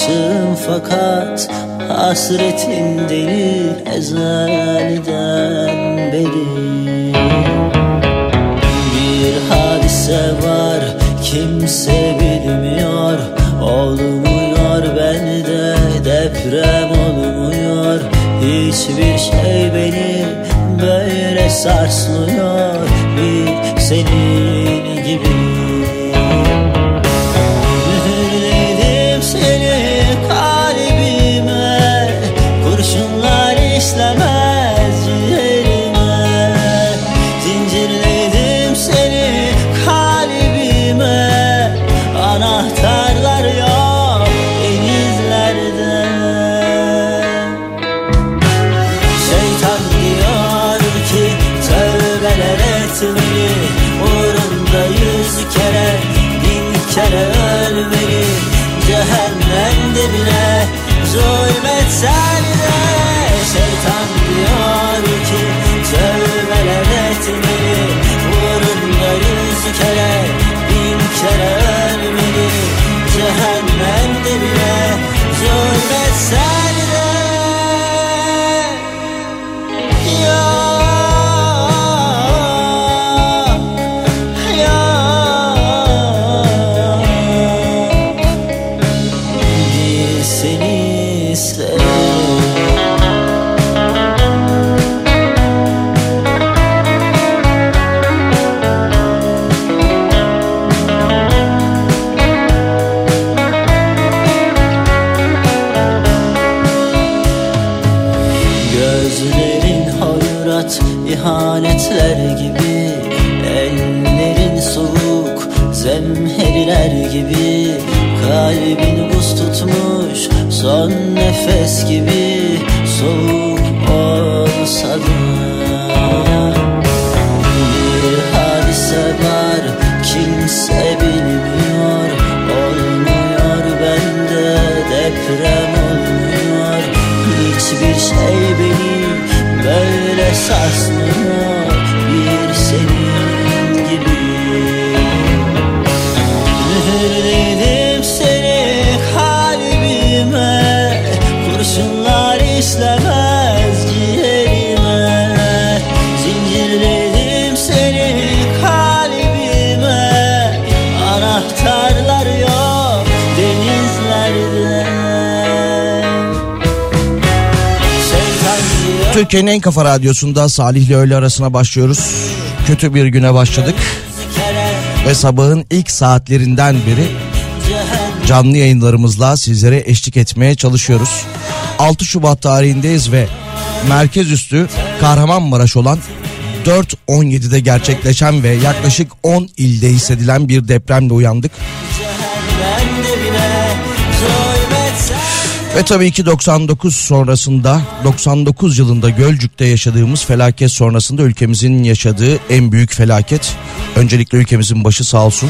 aşığım fakat hasretin değil ezelden beri. Bir hadise var kimse bilmiyor, olmuyor bende deprem olmuyor. Hiçbir şey beni böyle sarsmıyor bir senin gibi. Mühürledim seni kalbime, kurşunlar işlemez ciğerime. Zincirledim seni kalbime, anahtarlar yok denizlerde. Şeytan diyor ki tövbeler etmeli, uğrunda 100 kere 1000 kere ölmeli. Cehennem dibine zulmetsen de. Şeytan diyor ki tövbeler etmeli, uğrunda 100 kere 1000 kere ölmeli. Cehennem dibine zulmetsen de. İhanetler gibi, ellerin soğuk zemheriler gibi. Kalbin buz tutmuş son nefes gibi, soğuk olsa da. Bir hadise var kimse bilmiyor, olmuyor bende deprem olmuyor. Hiçbir şey beni böyle sarsmıyor bir senin gibi. Mühürledim seni kalbime, kurşunlar işlemez ciğerime. Zincirledim seni kalbime, anahtarlar yok denizlerde. Türkiye'nin en kafa radyosunda Salih ile öğle arasına başlıyoruz. Kötü bir güne başladık ve sabahın ilk saatlerinden beri canlı yayınlarımızla sizlere eşlik etmeye çalışıyoruz. 6 Şubat tarihindeyiz ve merkez üssü Kahramanmaraş olan 4.17'de gerçekleşen ve yaklaşık 10 ilde hissedilen bir depremle uyandık. Ve tabii ki 99 yılında Gölcük'te yaşadığımız felaket sonrasında ülkemizin yaşadığı en büyük felaket. Öncelikle ülkemizin başı sağ olsun.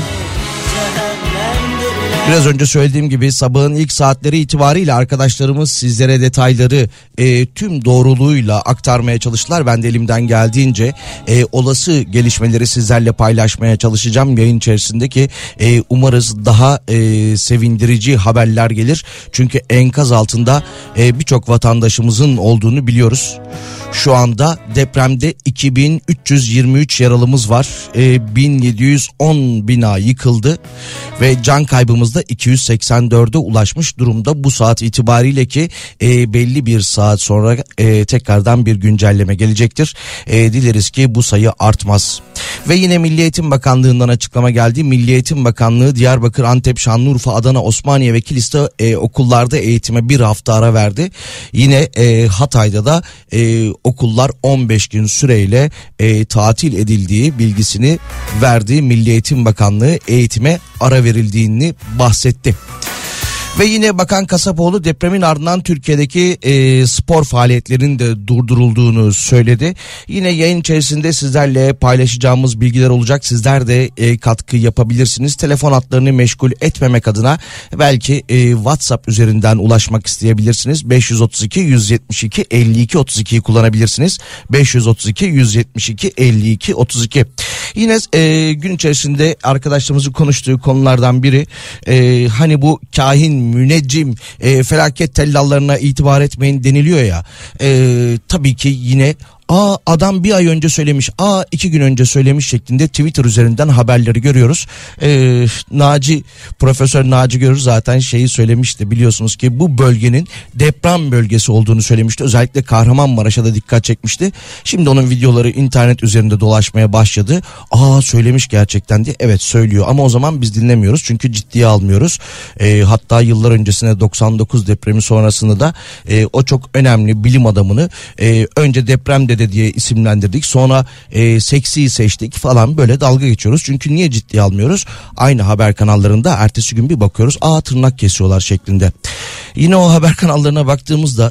Biraz önce söylediğim gibi sabahın ilk saatleri itibariyle arkadaşlarımız sizlere detayları tüm doğruluğuyla aktarmaya çalıştılar. Ben de elimden geldiğince olası gelişmeleri sizlerle paylaşmaya çalışacağım yayın içerisindeki. Umarız daha sevindirici haberler gelir. Çünkü enkaz altında birçok vatandaşımızın olduğunu biliyoruz. Şu anda depremde 2323 yaralımız var. 1710 bina yıkıldı ve can kaybımız da 284'e ulaşmış durumda bu saat itibariyle ki belli bir saat sonra tekrardan bir güncelleme gelecektir. Dileriz ki bu sayı artmaz. Ve yine Milli Eğitim Bakanlığı'ndan açıklama geldi. Milli Eğitim Bakanlığı Diyarbakır, Antep, Şanlıurfa, Adana, Osmaniye ve Kilis'te okullarda eğitime bir hafta ara verdi. Yine Hatay'da da okullar 15 gün süreyle tatil edildiği bilgisini verdi. Milli Eğitim Bakanlığı eğitime ara verildiğini bahsetti. Ve yine Bakan Kasapoğlu depremin ardından Türkiye'deki spor faaliyetlerinin de durdurulduğunu söyledi. Yine yayın içerisinde sizlerle paylaşacağımız bilgiler olacak. Sizler de katkı yapabilirsiniz. Telefon hatlarını meşgul etmemek adına belki WhatsApp üzerinden ulaşmak isteyebilirsiniz. 532 172 52 32'yi kullanabilirsiniz. 532 172 52 32. Yine gün içerisinde arkadaşlarımızın konuştuğu konulardan biri hani bu kahin müneccim, felaket tellallarına itibar etmeyin deniliyor ya. Tabii ki yine adam bir ay önce söylemiş, 2 gün önce söylemiş şeklinde Twitter üzerinden haberleri görüyoruz. Profesör Naci Görür zaten şeyi söylemişti, biliyorsunuz ki bu bölgenin deprem bölgesi olduğunu söylemişti. Özellikle Kahramanmaraş'a da dikkat çekmişti. Şimdi onun videoları internet üzerinde dolaşmaya başladı. Söylemiş gerçekten diye. Evet, söylüyor ama o zaman biz dinlemiyoruz çünkü ciddiye almıyoruz. Hatta yıllar öncesinde 99 depremi sonrasında da o çok önemli bilim adamını önce deprem dede diye isimlendirdik. Sonra seksi seçtik falan, böyle dalga geçiyoruz. Çünkü niye ciddiye almıyoruz? Aynı haber kanallarında ertesi gün bir bakıyoruz, tırnak kesiyorlar şeklinde. Yine o haber kanallarına baktığımızda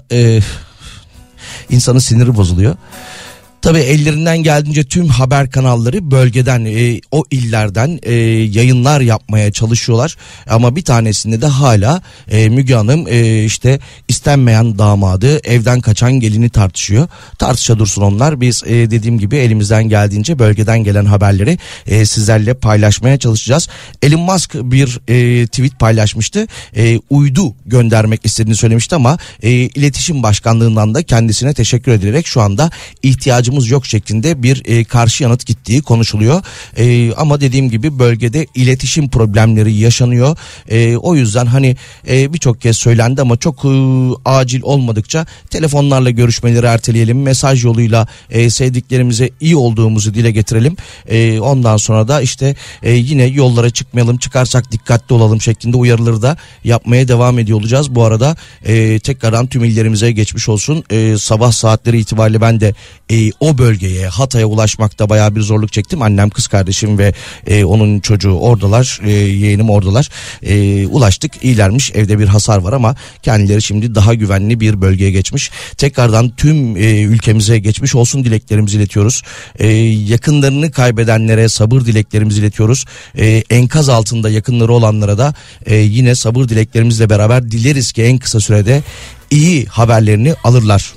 insanın siniri bozuluyor. Tabii ellerinden geldiğince tüm haber kanalları bölgeden, o illerden yayınlar yapmaya çalışıyorlar. Ama bir tanesinde de hala Müge Hanım işte istenmeyen damadı, evden kaçan gelini tartışıyor. Tartışa dursun onlar. Biz dediğim gibi elimizden geldiğince bölgeden gelen haberleri sizlerle paylaşmaya çalışacağız. Elon Musk bir tweet paylaşmıştı. Uydu göndermek istediğini söylemişti ama iletişim başkanlığından da kendisine teşekkür edilerek şu anda ihtiyacımız yok şeklinde bir karşı yanıt gittiği konuşuluyor. Ama dediğim gibi bölgede iletişim problemleri yaşanıyor. O yüzden hani birçok kez söylendi ama çok acil olmadıkça telefonlarla görüşmeleri erteleyelim. Mesaj yoluyla sevdiklerimize iyi olduğumuzu dile getirelim. Ondan sonra da işte yine yollara çıkmayalım, çıkarsak dikkatli olalım şeklinde uyarıları da yapmaya devam ediyor olacağız. Bu arada tekrardan tüm illerimize geçmiş olsun. Sabah saatleri itibariyle ben de o bölgeye, Hatay'a ulaşmakta bayağı bir zorluk çektim. Annem, kız kardeşim ve onun çocuğu oradalar, yeğenim oradalar. Ulaştık, iyilermiş, evde bir hasar var ama kendileri şimdi daha güvenli bir bölgeye geçmiş. Tekrardan tüm ülkemize geçmiş olsun dileklerimizi iletiyoruz. Yakınlarını kaybedenlere sabır dileklerimizi iletiyoruz. Enkaz altında yakınları olanlara da yine sabır dileklerimizle beraber dileriz ki en kısa sürede iyi haberlerini alırlar.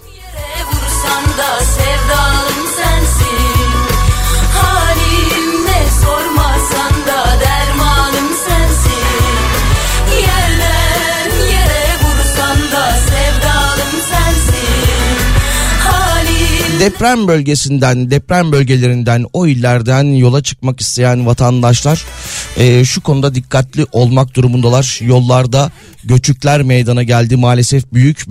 Deprem bölgesinden, deprem bölgelerinden, o illerden yola çıkmak isteyen vatandaşlar şu konuda dikkatli olmak durumundalar. Yollarda göçükler meydana geldi, maalesef büyük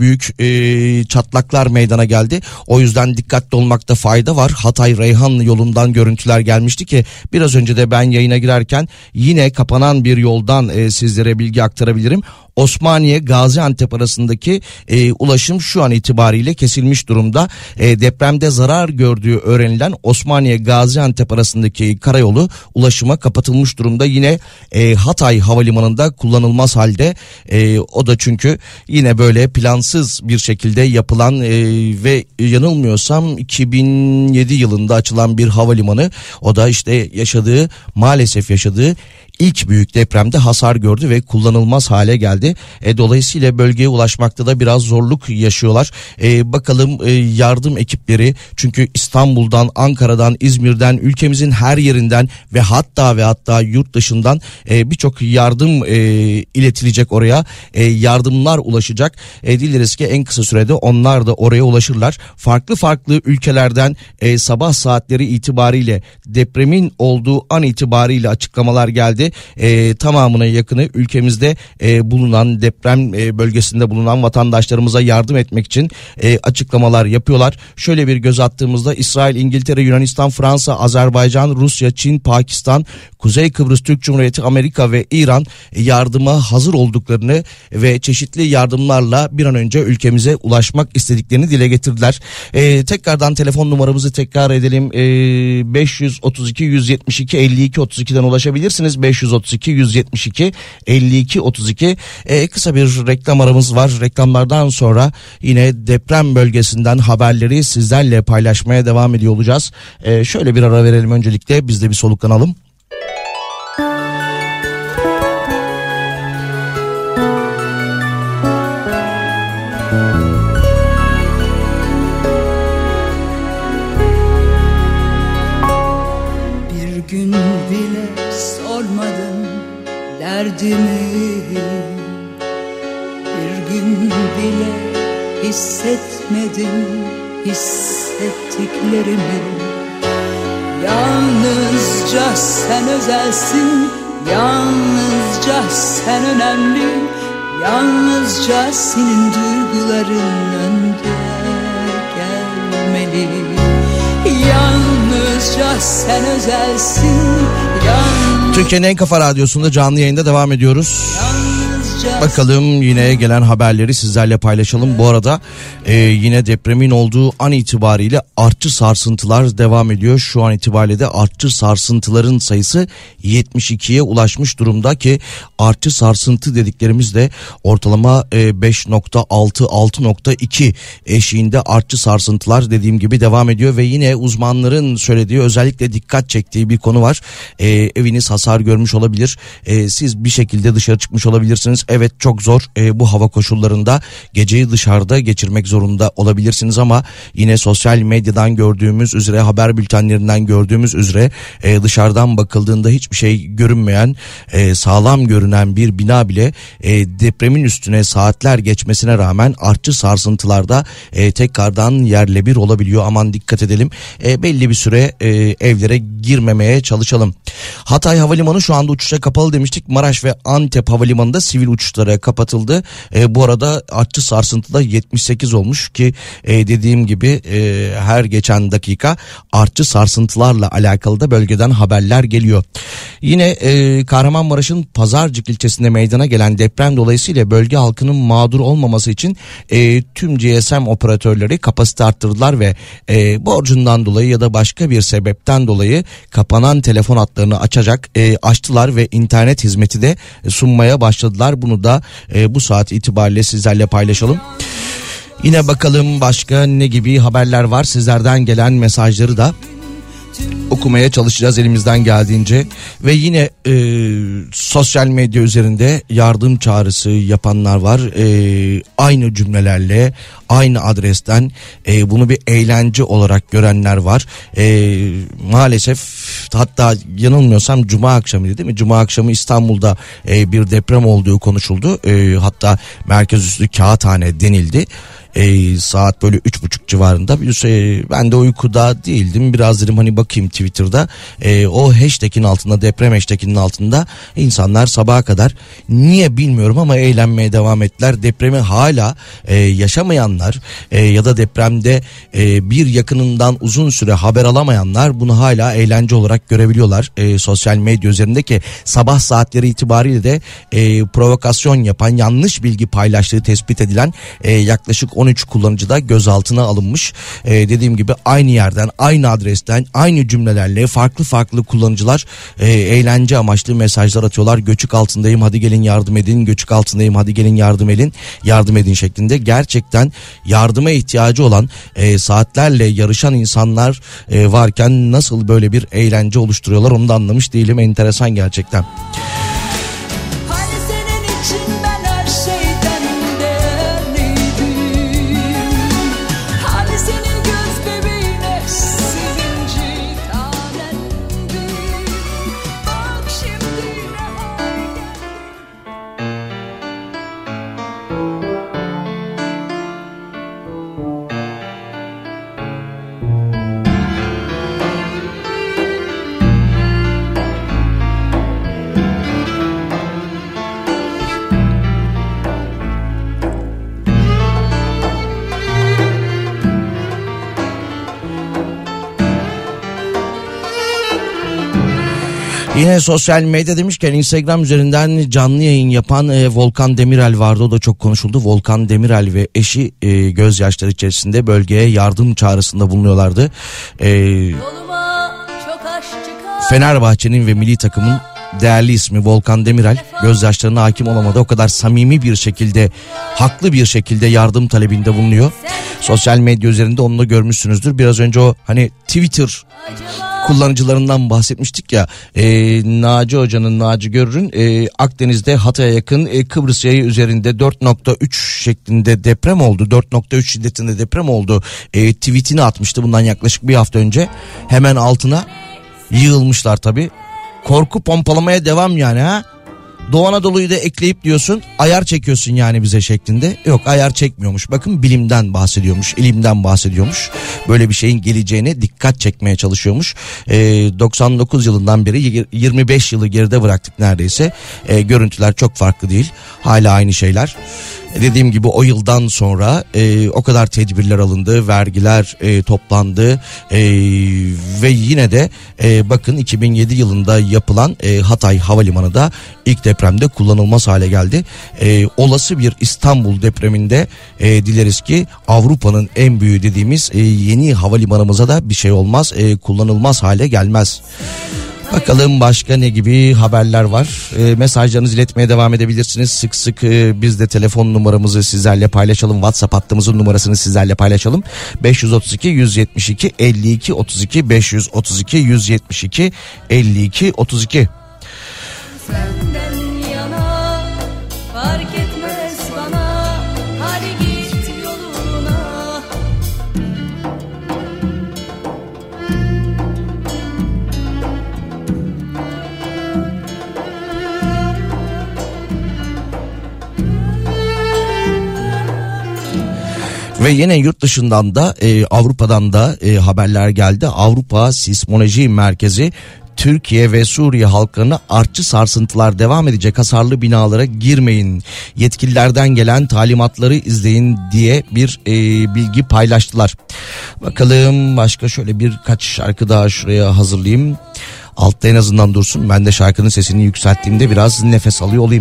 çatlaklar meydana geldi. O yüzden dikkatli olmakta fayda var. Hatay-Reyhan yolundan görüntüler gelmişti ki biraz önce de ben yayına girerken yine kapanan bir yoldan sizlere bilgi aktarabilirim. Osmaniye-Gaziantep arasındaki ulaşım şu an itibariyle kesilmiş durumda. Depremde zarar gördüğü öğrenilen Osmaniye-Gaziantep arasındaki karayolu ulaşıma kapatılmış durumda. Yine Hatay Havalimanı'nda kullanılmaz halde. O da çünkü yine böyle plansız bir şekilde yapılan ve yanılmıyorsam 2007 yılında açılan bir havalimanı. O da işte maalesef yaşadığı ilk büyük depremde hasar gördü ve kullanılmaz hale geldi. Dolayısıyla bölgeye ulaşmakta da biraz zorluk yaşıyorlar. Bakalım yardım ekipleri, çünkü İstanbul'dan, Ankara'dan, İzmir'den, ülkemizin her yerinden ve hatta yurt dışından birçok yardım iletilecek oraya. Yardımlar ulaşacak. Dileriz ki en kısa sürede onlar da oraya ulaşırlar. Farklı ülkelerden sabah saatleri itibariyle, depremin olduğu an itibariyle açıklamalar geldi. Tamamına yakını ülkemizde bulunan, deprem bölgesinde bulunan vatandaşlarımıza yardım etmek için açıklamalar yapıyorlar. Şöyle bir göz attığımızda İsrail, İngiltere, Yunanistan, Fransa, Azerbaycan, Rusya, Çin, Pakistan, Kuzey Kıbrıs Türk Cumhuriyeti, Amerika ve İran yardıma hazır olduklarını ve çeşitli yardımlarla bir an önce ülkemize ulaşmak istediklerini dile getirdiler. Tekrardan telefon numaramızı tekrar edelim. 532 172 52 32'den ulaşabilirsiniz. 532 172 52 32. Kısa bir reklam aramız var. Reklamlardan sonra yine deprem bölgesinden haberleri sizlerle paylaşmaya devam ediyor olacağız. Şöyle bir ara verelim öncelikle, biz de bir soluklanalım. Bir gün bile sormadım derdimi, bile hissetmedim hissettiklerimi. Yalnızca sen özelsin, yalnızca sen önemli, yalnızca senin duyguların önde gelmeli. Yalnızca sen özelsin, Türkiye'nin en kafa radyosunda canlı yayında devam ediyoruz. Bakalım yine gelen haberleri sizlerle paylaşalım. Bu arada yine depremin olduğu an itibariyle artçı sarsıntılar devam ediyor. Şu an itibariyle de artçı sarsıntıların sayısı 72'ye ulaşmış durumda ki artçı sarsıntı dediklerimiz de ortalama 5.6-6.2 eşiğinde artçı sarsıntılar dediğim gibi devam ediyor. Ve yine uzmanların söylediği, özellikle dikkat çektiği bir konu var. Eviniz hasar görmüş olabilir. Siz bir şekilde dışarı çıkmış olabilirsiniz. Evet, çok zor bu hava koşullarında geceyi dışarıda geçirmek zorunda olabilirsiniz ama yine sosyal medyadan gördüğümüz üzere, haber bültenlerinden gördüğümüz üzere dışarıdan bakıldığında hiçbir şey görünmeyen, sağlam görünen bir bina bile depremin üstüne saatler geçmesine rağmen artçı sarsıntılarda tekrardan yerle bir olabiliyor. Aman dikkat edelim, belli bir süre evlere girmemeye çalışalım. Hatay Havalimanı şu anda uçuşa kapalı demiştik. Maraş ve Antep Havalimanı'nda sivil uçuşlara kapatıldı. Bu arada artçı sarsıntıda 78 olmuş ki dediğim gibi her geçen dakika artçı sarsıntılarla alakalı da bölgeden haberler geliyor. Yine Kahramanmaraş'ın Pazarcık ilçesinde meydana gelen deprem dolayısıyla bölge halkının mağdur olmaması için tüm GSM operatörleri kapasite arttırdılar ve borcundan dolayı ya da başka bir sebepten dolayı kapanan telefon hatlarını açtılar ve internet hizmeti de sunmaya başladılar. Bunu da bu saat itibariyle sizlerle paylaşalım. Yine bakalım başka ne gibi haberler var, sizlerden gelen mesajları da okumaya çalışacağız elimizden geldiğince. Ve yine sosyal medya üzerinde yardım çağrısı yapanlar var. Aynı cümlelerle, aynı adresten bunu bir eğlence olarak görenler var. Maalesef, hatta yanılmıyorsam Cuma akşamıydı değil mi? Cuma akşamı İstanbul'da bir deprem olduğu konuşuldu. Hatta merkez üssü Kağıthane denildi. Saat böyle 3.30 civarında. Ben de uykuda değildim. Biraz dedim hani bakayım Twitter'da. O hashtag'in altında, deprem hashtag'inin altında insanlar sabaha kadar, niye bilmiyorum ama eğlenmeye devam ettiler. Depremi hala yaşamayanlar ya da depremde bir yakınından uzun süre haber alamayanlar bunu hala eğlence olarak görebiliyorlar. Sosyal medya üzerindeki sabah saatleri itibariyle de provokasyon yapan, yanlış bilgi paylaştığı tespit edilen yaklaşık 13 kullanıcı da gözaltına alınmış. Dediğim gibi aynı yerden, aynı adresten, aynı cümlelerle farklı kullanıcılar eğlence amaçlı mesajlar atıyorlar. Göçük altındayım, hadi gelin yardım edin. Göçük altındayım, hadi gelin yardım edin şeklinde. Gerçekten yardıma ihtiyacı olan, saatlerle yarışan insanlar varken nasıl böyle bir eğlence oluşturuyorlar onu da anlamış değilim. Enteresan gerçekten. Yine sosyal medya demişken Instagram üzerinden canlı yayın yapan Volkan Demirel vardı. O da çok konuşuldu. Volkan Demirel ve eşi gözyaşları içerisinde bölgeye yardım çağrısında bulunuyorlardı. Fenerbahçe'nin ve milli takımın değerli ismi Volkan Demirel gözyaşlarına hakim olamadı. O kadar samimi bir şekilde, haklı bir şekilde yardım talebinde bulunuyor. Sosyal medya üzerinde onu da görmüşsünüzdür. Biraz önce o hani Twitter kullanıcılarından bahsetmiştik ya, Naci Görür'ün Akdeniz'de Hatay'a yakın Kıbrıs yayı üzerinde 4.3 şeklinde deprem oldu. 4.3 şiddetinde deprem oldu. Tweetini atmıştı bundan yaklaşık bir hafta önce. Hemen altına yığılmışlar tabii. Korku pompalamaya devam yani ha. Doğu Anadolu'yu da ekleyip diyorsun ayar çekiyorsun yani bize şeklinde. Yok, ayar çekmiyormuş. Bakın bilimden bahsediyormuş, ilimden bahsediyormuş. Böyle bir şeyin geleceğine dikkat çekmeye çalışıyormuş. 99 yılından beri 25 yılı geride bıraktık neredeyse. Görüntüler çok farklı değil. Hala aynı şeyler. Dediğim gibi o yıldan sonra o kadar tedbirler alındı, vergiler toplandı ve yine de bakın 2007 yılında yapılan Hatay Havalimanı da ilk depremde kullanılmaz hale geldi. Olası bir İstanbul depreminde dileriz ki Avrupa'nın en büyüğü dediğimiz yeni havalimanımıza da bir şey olmaz, kullanılmaz hale gelmez. Bakalım başka ne gibi haberler var. Mesajlarınızı iletmeye devam edebilirsiniz. Sık sık biz de telefon numaramızı sizlerle paylaşalım. WhatsApp hattımızın numarasını sizlerle paylaşalım. 532 172 52 32 532 172 52 32. Senden yana fark etmez bana, hadi git yoluna. Ve yine yurt dışından da Avrupa'dan da haberler geldi. Avrupa Sismoloji Merkezi Türkiye ve Suriye halklarına artçı sarsıntılar devam edecek, hasarlı binalara girmeyin, yetkililerden gelen talimatları izleyin diye bir bilgi paylaştılar. Bakalım başka şöyle birkaç şarkı daha şuraya hazırlayayım. Altta en azından dursun, ben de şarkının sesini yükselttiğimde biraz nefes alıyor olayım.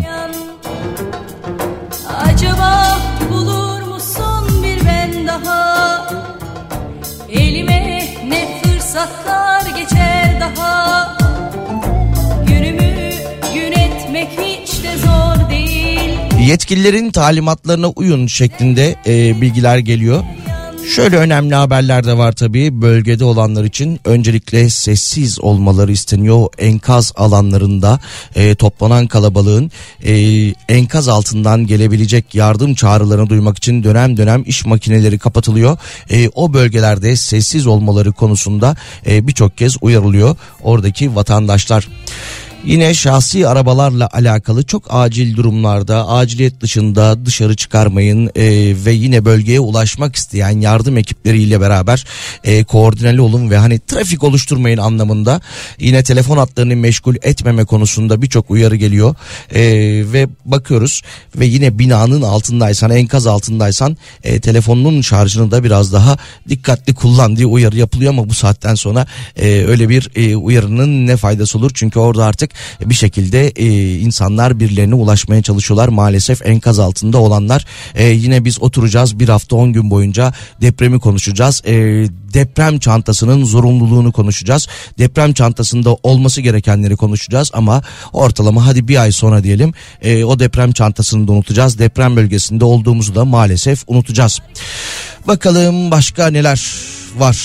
Acaba bulur musun bir ben daha? Elime ne fırsatlar geçer daha? Günümü gün etmek hiç de zor değil. Yetkililerin talimatlarına uyun şeklinde bilgiler geliyor. Şöyle önemli haberler de var tabii. Bölgede olanlar için öncelikle sessiz olmaları isteniyor. Enkaz alanlarında toplanan kalabalığın enkaz altından gelebilecek yardım çağrılarını duymak için dönem dönem iş makineleri kapatılıyor. O bölgelerde sessiz olmaları konusunda birçok kez uyarılıyor oradaki vatandaşlar. Yine şahsi arabalarla alakalı çok acil durumlarda aciliyet dışında dışarı çıkarmayın ve yine bölgeye ulaşmak isteyen yardım ekipleriyle beraber koordineli olun ve hani trafik oluşturmayın anlamında. Yine telefon hatlarını meşgul etmeme konusunda birçok uyarı geliyor ve bakıyoruz ve yine binanın altındaysan, enkaz altındaysan telefonunun şarjını da biraz daha dikkatli kullan diye uyarı yapılıyor ama bu saatten sonra öyle bir uyarının ne faydası olur? Çünkü orada artık bir şekilde insanlar birilerine ulaşmaya çalışıyorlar. Maalesef enkaz altında olanlar. Yine biz oturacağız bir hafta 10 gün boyunca depremi konuşacağız. Deprem çantasının zorunluluğunu konuşacağız. Deprem çantasında olması gerekenleri konuşacağız ama ortalama hadi bir ay sonra diyelim o deprem çantasını da unutacağız. Deprem bölgesinde olduğumuzu da maalesef unutacağız. Bakalım başka neler var.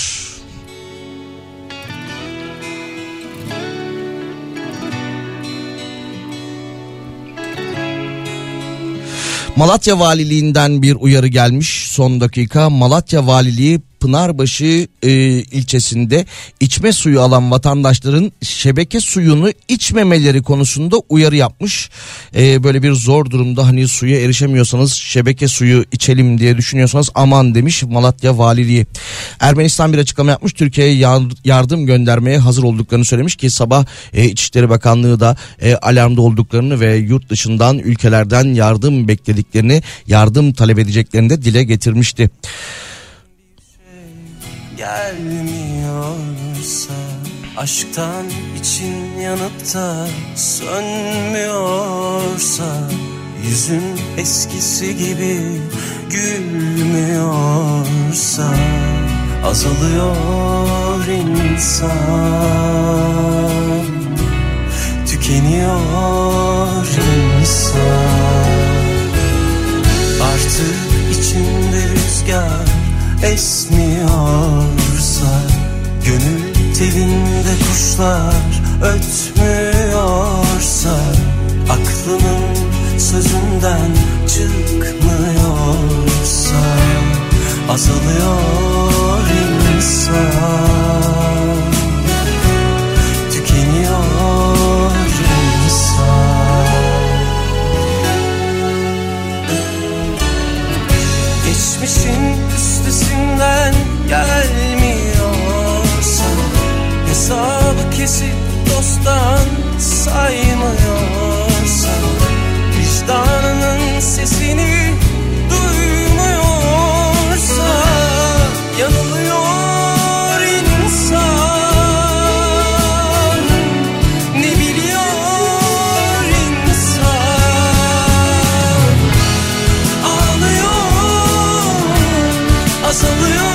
Malatya Valiliğinden bir uyarı gelmiş son dakika. Malatya Valiliği Pınarbaşı ilçesinde içme suyu alan vatandaşların şebeke suyunu içmemeleri konusunda uyarı yapmış. Böyle bir zor durumda hani suya erişemiyorsanız şebeke suyu içelim diye düşünüyorsanız aman demiş Malatya Valiliği. Ermenistan bir açıklama yapmış. Türkiye'ye yardım göndermeye hazır olduklarını söylemiş ki sabah İçişleri Bakanlığı da alarmda olduklarını ve yurt dışından ülkelerden yardım beklediklerini, yardım talep edeceklerini de dile getirmişti. Gelmiyorsa aşktan için yanıp da sönmüyorsa yüzün eskisi gibi gülmüyorsa azalıyor insan, tükeniyor insan. Artık içinde rüzgar esmiyorsa, gönül telinde kuşlar ötmüyorsa, aklının sözünden çıkmıyorsa azalıyor insan, tükeniyor insan. geçmişin üstesinden gelmiyorsa, hesabı kesip dosttan saymıyorsa, vicdanının sesini duymuyorsa, yanılıyor insan. Ne biliyor insan? Ağlıyor, azalıyor,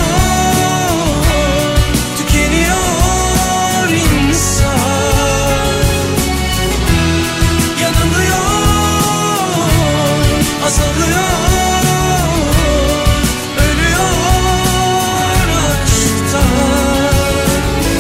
tükeniyor insan. Yanılıyor, azalıyor, ölüyor aşktan.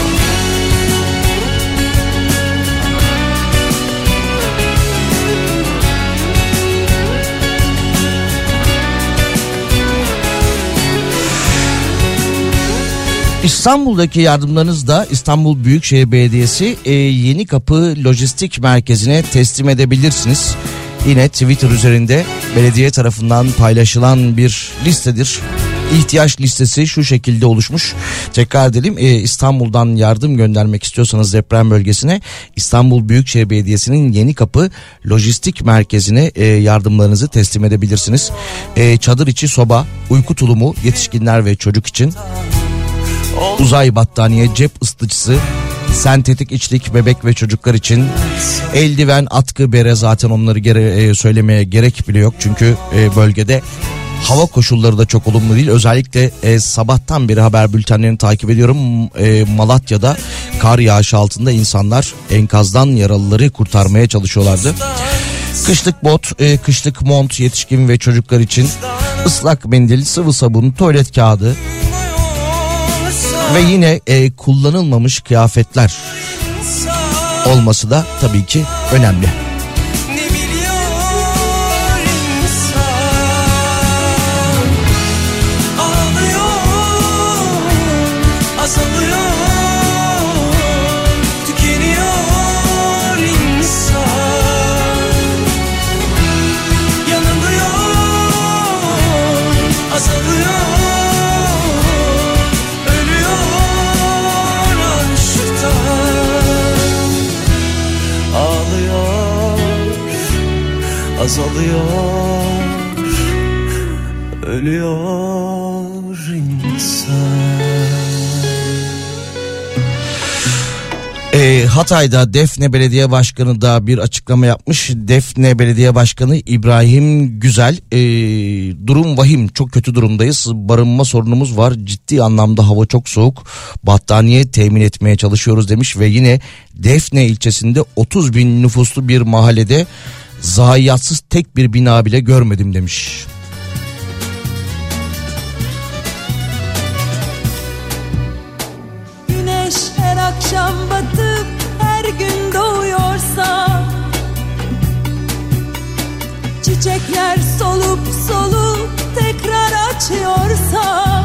İstanbul'daki yardımlarınızı da İstanbul Büyükşehir Belediyesi Yenikapı Lojistik Merkezi'ne teslim edebilirsiniz. Yine Twitter üzerinde belediye tarafından paylaşılan bir listedir. İhtiyaç listesi şu şekilde oluşmuş. Tekrar edelim, İstanbul'dan yardım göndermek istiyorsanız deprem bölgesine İstanbul Büyükşehir Belediyesi'nin Yenikapı Lojistik Merkezi'ne yardımlarınızı teslim edebilirsiniz. Çadır içi soba, uyku tulumu yetişkinler ve çocuk için, uzay battaniye, cep ısıtıcısı, sentetik içlik bebek ve çocuklar için, eldiven, atkı, bere, zaten onları söylemeye gerek bile yok. Çünkü bölgede hava koşulları da çok olumlu değil. Özellikle sabahtan beri haber bültenlerini takip ediyorum. Malatya'da kar yağışı altında insanlar enkazdan yaralıları kurtarmaya çalışıyorlardı. Kışlık bot, kışlık mont yetişkin ve çocuklar için, ıslak mendil, sıvı sabun, tuvalet kağıdı ve yine kullanılmamış kıyafetler olması da tabii ki önemli. Azalıyor, ölüyor insan. Hatay'da Defne Belediye Başkanı da bir açıklama yapmış. Defne Belediye Başkanı İbrahim Güzel, durum vahim, çok kötü durumdayız, barınma sorunumuz var, ciddi anlamda hava çok soğuk, battaniye temin etmeye çalışıyoruz demiş. Ve yine Defne ilçesinde 30 bin nüfuslu bir mahallede zayiatsız tek bir bina bile görmedim demiş. Güneş her akşam batıp her gün doğuyorsa, çiçekler solup solup tekrar açıyorsa,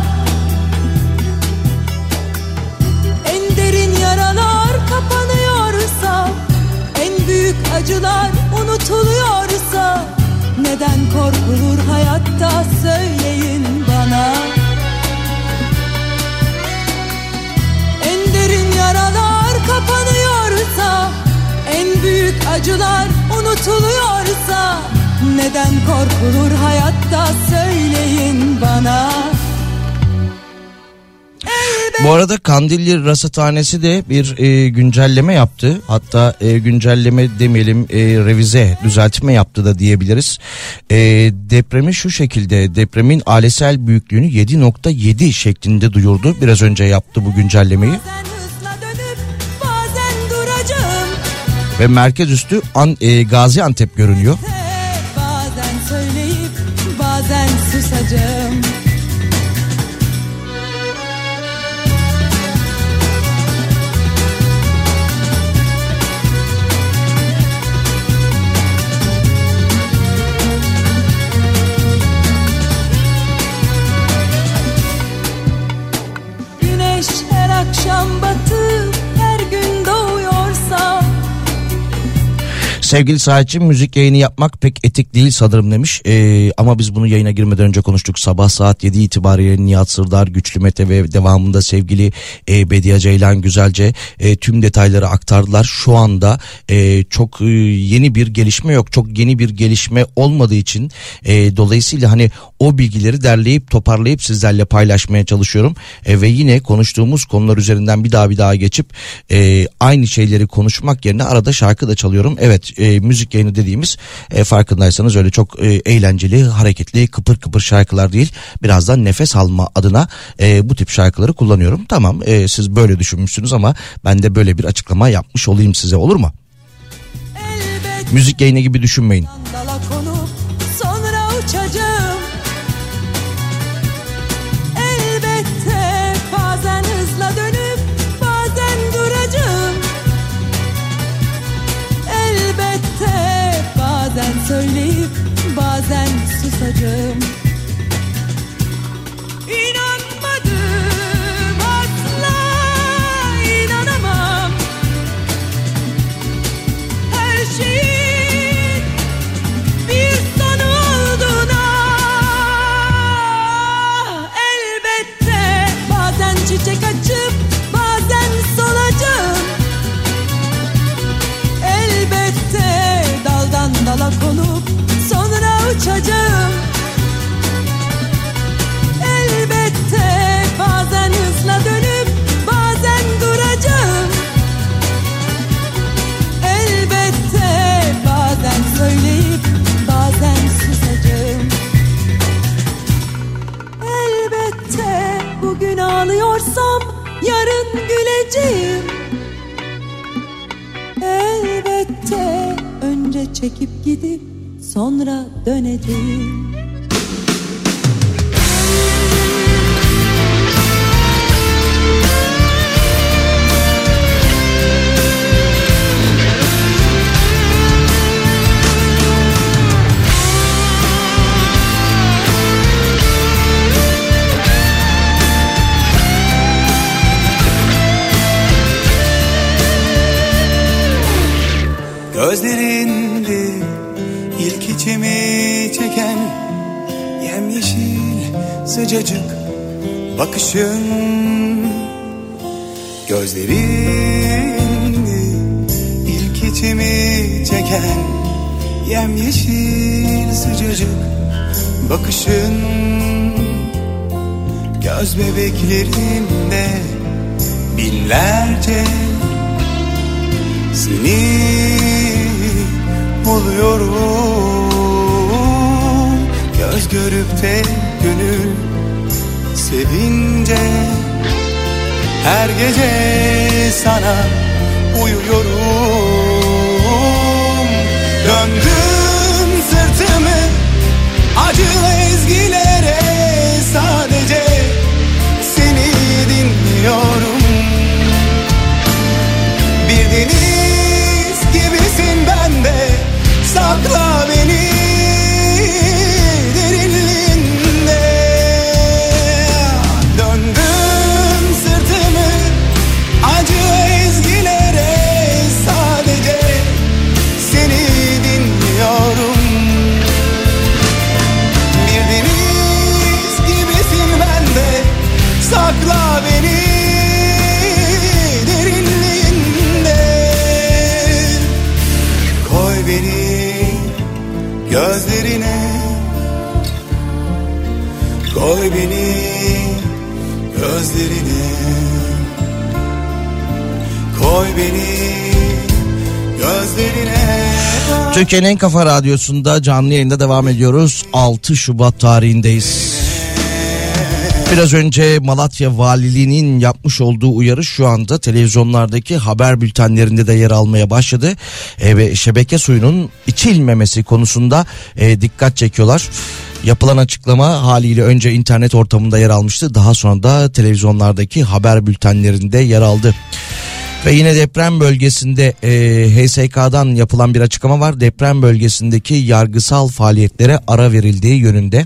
en derin yaralar kapanıyorsa, en büyük acılar unutuluyorsa, neden korkulur hayatta, söyleyin bana. En derin yaralar kapanıyorsa, en büyük acılar unutuluyorsa, neden korkulur hayatta, söyleyin bana. Bu arada Kandilli Rasathanesi de bir güncelleme yaptı. Hatta güncelleme demeyelim, revize, düzeltme yaptı da diyebiliriz. Depremi şu şekilde, depremin ailesel büyüklüğünü 7.7 şeklinde duyurdu. Biraz önce yaptı bu güncellemeyi. Ve merkez üstü Gaziantep görünüyor. Bazen söyleyip bazen susacağım. Sevgili saatçim, müzik yayını yapmak pek etik değil sanırım demiş. Ama biz bunu yayına girmeden önce konuştuk. Sabah saat 7 itibariyle Nihat Sırdar, Güçlü Mete ve devamında sevgili Bediye Ceylan Güzelce tüm detayları aktardılar. Şu anda çok yeni bir gelişme yok. Çok yeni bir gelişme olmadığı için dolayısıyla hani o bilgileri derleyip toparlayıp sizlerle paylaşmaya çalışıyorum. Ve yine konuştuğumuz konular üzerinden bir daha geçip aynı şeyleri konuşmak yerine arada şarkı da çalıyorum. Evet, müzik yayını dediğimiz farkındaysanız öyle çok eğlenceli, hareketli, kıpır kıpır şarkılar değil. Birazdan nefes alma adına bu tip şarkıları kullanıyorum. Tamam, siz böyle düşünmüşsünüz ama ben de böyle bir açıklama yapmış olayım size, olur mu? Müzik yayını gibi düşünmeyin. Dala konup sonra uçacağım. Elbette bazen hızla dönüp bazen duracağım. Elbette bazen söyleyip bazen susacağım. İnanmadım, asla inanamam. Her şeyin bir sonu olduğuna. Elbette bazen çiçek açıp bazen solacağım. Elbette daldan dala konup sonra uçacağım. Elbette bazen hızla dönüp bazen duracağım. Elbette bazen söyleyip bazen susacağım. Elbette bugün ağlıyorsam yarın güleceğim. Elbette önce çekip gidip sonra döneceğim. Gözlerinde ilk içimi çeken yemyeşil sıcacık bakışın. Gözlerinde ilk içimi çeken yemyeşil sıcacık bakışın. Göz bebeklerimde binlerce seni buluyorum. Göz görüp de gönül sevince her gece sana uyuyorum. Döndüm sırtımı acı ezgilere, sadece seni dinliyorum. Bir deniz gibisin bende, sakla beni derinliğinde. Döndüm sırtımı acı ezgilere, sadece seni dinliyorum. Bir deniz gibisin bende, sakla beni derinliğinde. Koy beni gözlerine, koy beni gözlerine, koy beni gözlerine. Türkiye'nin en kafa radyosunda canlı yayında devam ediyoruz. 6 Şubat tarihindeyiz. Biraz önce Malatya Valiliği'nin yapmış olduğu uyarı şu anda televizyonlardaki haber bültenlerinde de yer almaya başladı. Ve şebeke suyunun içilmemesi konusunda dikkat çekiyorlar. Yapılan açıklama haliyle önce internet ortamında yer almıştı. Daha sonra da televizyonlardaki haber bültenlerinde yer aldı. Ve yine deprem bölgesinde HSK'dan yapılan bir açıklama var. Deprem bölgesindeki yargısal faaliyetlere ara verildiği yönünde.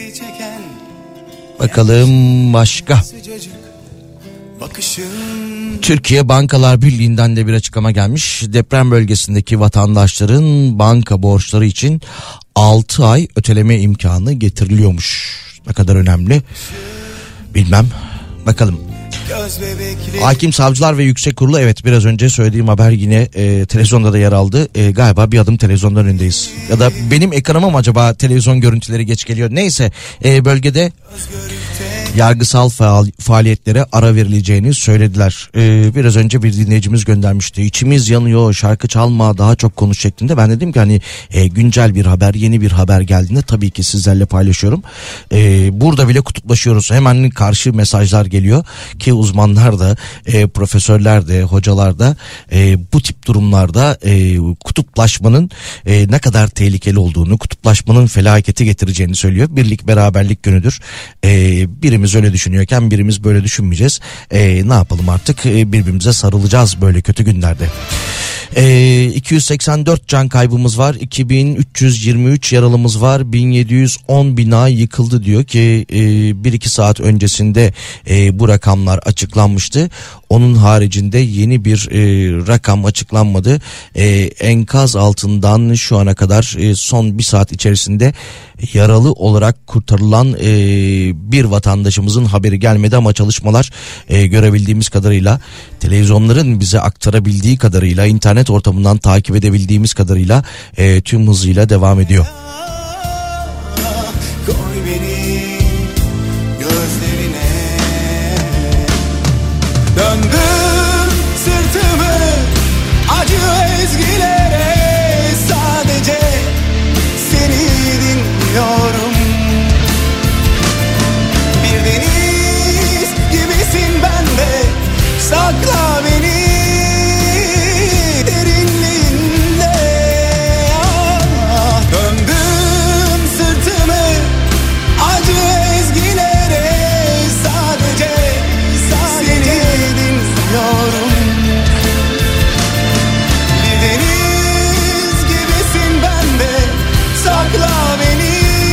Bakalım başka. Türkiye Bankalar Birliği'nden de bir açıklama gelmiş. Deprem bölgesindeki vatandaşların banka borçları için 6 ay öteleme imkanı getiriliyormuş. Ne kadar önemli bilmem. Bakalım. Hakim, savcılar ve yüksek kurulu, evet biraz önce söylediğim haber yine televizyonda da yer aldı. Galiba bir adım televizyondan önündeyiz. Ya da benim ekranıma mı acaba televizyon görüntüleri geç geliyor? Neyse, bölgede yargısal faaliyetlere ara verileceğini söylediler. Biraz önce bir dinleyicimiz göndermişti. İçimiz yanıyor, şarkı çalma, daha çok konuş şeklinde. Ben dedim ki hani güncel bir haber, yeni bir haber geldiğinde tabii ki sizlerle paylaşıyorum. Burada bile kutuplaşıyoruz. Hemen karşı mesajlar geliyor ki uzmanlar da, profesörler de, hocalar da bu tip durumlarda kutuplaşmanın ne kadar tehlikeli olduğunu, kutuplaşmanın felaketi getireceğini söylüyor. Birlik beraberlik günüdür. Birimiz öyle düşünüyorken birimiz böyle düşünmeyeceğiz. Ne yapalım artık, birbirimize sarılacağız böyle kötü günlerde. 284 can kaybımız var, 2323 yaralımız var, 1710 bina yıkıldı diyor ki 1-2 saat öncesinde bu rakamlar açıklanmıştı. Onun haricinde yeni bir rakam açıklanmadı. Enkaz altından şu ana kadar son bir saat içerisinde yaralı olarak kurtarılan bir vatandaşımızın haberi gelmedi ama çalışmalar görebildiğimiz kadarıyla, televizyonların bize aktarabildiği kadarıyla, internet ortamından takip edebildiğimiz kadarıyla tüm hızıyla devam ediyor. Koy beni gözlerine, döndüm sırtımı acı ezgilere, sadece seni dinliyorum. Bir deniz gibisin bende, sakla beni derinliğinde. Döndüm sırtımı acı ezgilere, sadece seni dinliyorum. Bir deniz gibisin bende, sakla beni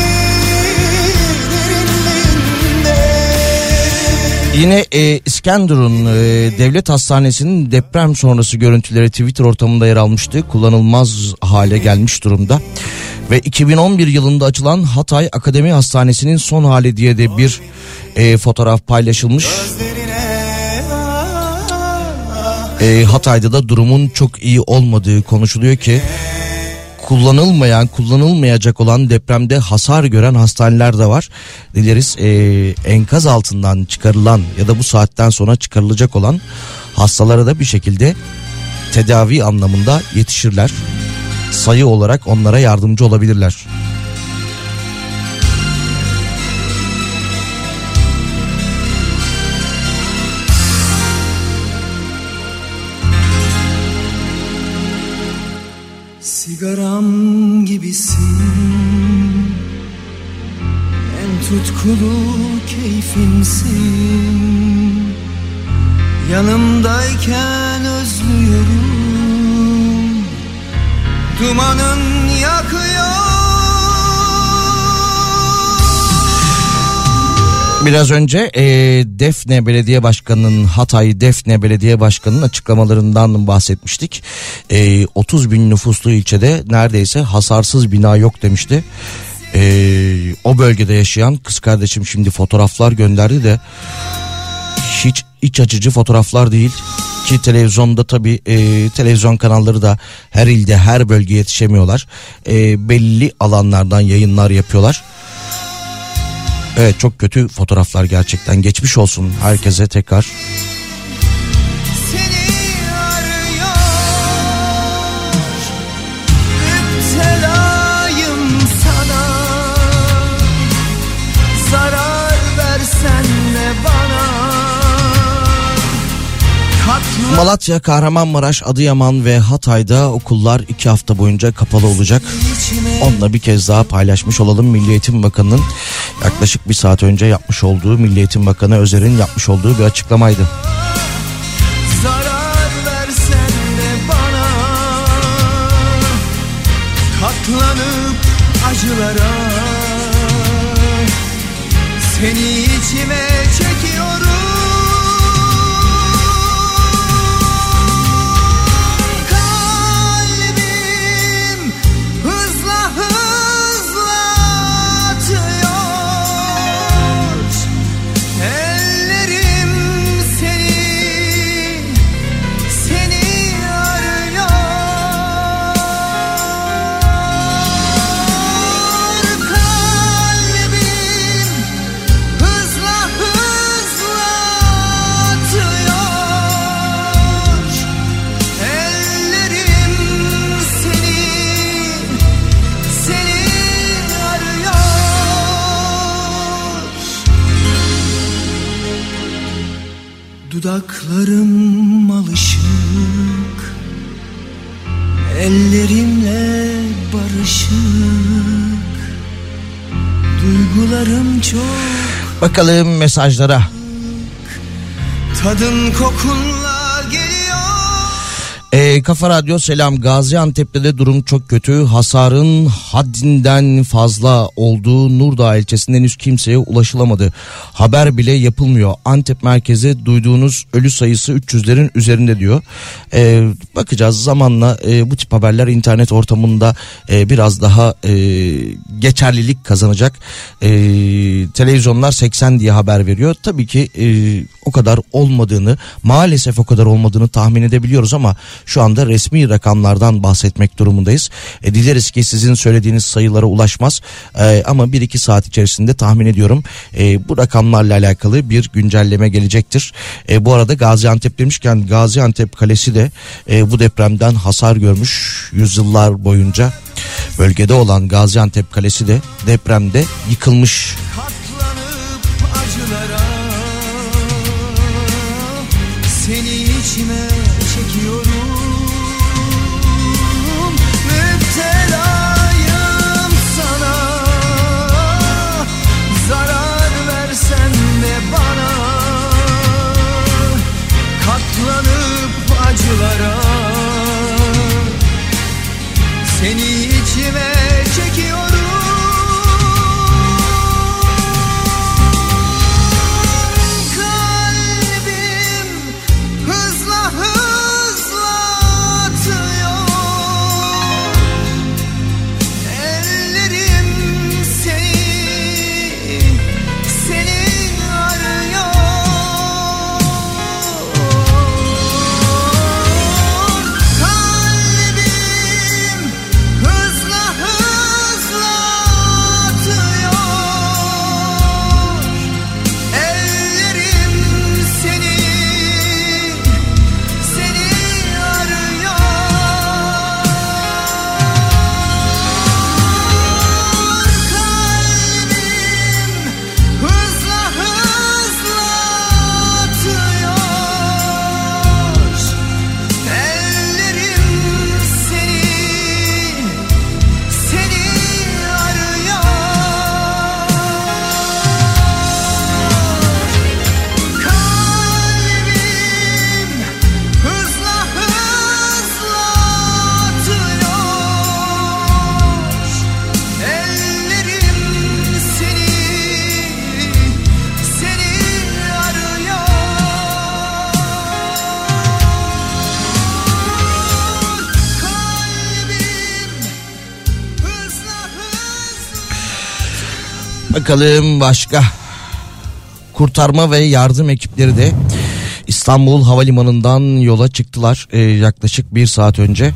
derinliğinde. Yine İskenderun Devlet Hastanesi'nin deprem sonrası görüntüleri Twitter ortamında yer almıştı. Kullanılmaz hale gelmiş durumda. Ve 2011 yılında açılan Hatay Akademi Hastanesi'nin son hali diye de bir fotoğraf paylaşılmış. Hatay'da da durumun çok iyi olmadığı konuşuluyor ki kullanılmayacak olan, depremde hasar gören hastaneler de var. Dileriz enkaz altından çıkarılan ya da bu saatten sonra çıkarılacak olan hastalara da bir şekilde tedavi anlamında yetişirler. Sayı olarak onlara yardımcı olabilirler. Sigaram gibisin, en tutkulu keyfimsin. Yanımdayken özlüyorum, dumanın yakıyor. Biraz önce Defne Belediye Başkanı'nın, Hatay Defne Belediye Başkanı'nın açıklamalarından bahsetmiştik. 30 bin nüfuslu ilçede neredeyse hasarsız bina yok demişti. O bölgede yaşayan kız kardeşim şimdi fotoğraflar gönderdi de hiç iç açıcı fotoğraflar değil. Ki televizyonda tabii televizyon kanalları da her ilde her bölgeye yetişemiyorlar. Belli alanlardan yayınlar yapıyorlar. Evet, çok kötü fotoğraflar gerçekten. Geçmiş olsun herkese tekrar. Seni arıyor, müptelayım sana. Zarar versen de bana. Malatya, Kahramanmaraş, Adıyaman ve Hatay'da okullar 2 hafta boyunca kapalı olacak. Onunla bir kez daha paylaşmış olalım. Milli Eğitim Bakanı'nın yaklaşık bir saat önce yapmış olduğu, Milli Eğitim Bakanı Özer'in yapmış olduğu bir açıklamaydı. Zarar versen de bana, katlanıp acılara, seni içime çekiyorum. Dudaklarım alışık, ellerimle barışık, duygularım çok. Bakalım mesajlara. Tadın kokunla geliyor. Kafa Radyo selam. Gaziantep'te de durum çok kötü. Hasarın haddinden fazla olduğu Nurdağ ilçesinde henüz kimseye ulaşılamadı. Haber bile yapılmıyor. Antep merkezi duyduğunuz ölü sayısı 300'lerin üzerinde diyor. Bakacağız zamanla bu tip haberler internet ortamında biraz daha geçerlilik kazanacak. Televizyonlar 80 diye haber veriyor. Tabii ki o kadar olmadığını, maalesef o kadar olmadığını tahmin edebiliyoruz ama şu anda resmi rakamlardan bahsetmek durumundayız. Dileriz ki sizin söylediğiniz sayılara ulaşmaz ama 1-2 saat içerisinde tahmin ediyorum bu rakamlarla alakalı bir güncelleme gelecektir. Bu arada Gaziantep demişken Gaziantep Kalesi de bu depremden hasar görmüş. Yüzyıllar boyunca bölgede olan Gaziantep Kalesi de depremde yıkılmış. Katlanıp acılara seni içime çekiyorum. Müptelayım sana, zarar versen de bana. Katlanıp acılara seni içime çekiyorum. Bakalım başka. Kurtarma ve yardım ekipleri de İstanbul Havalimanı'ndan yola çıktılar yaklaşık 1 saat önce.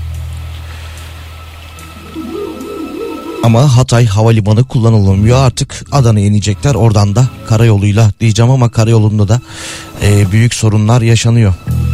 Ama Hatay Havalimanı kullanılmıyor, artık Adana'ya inecekler, oradan da karayoluyla diyeceğim ama karayolunda da büyük sorunlar yaşanıyor.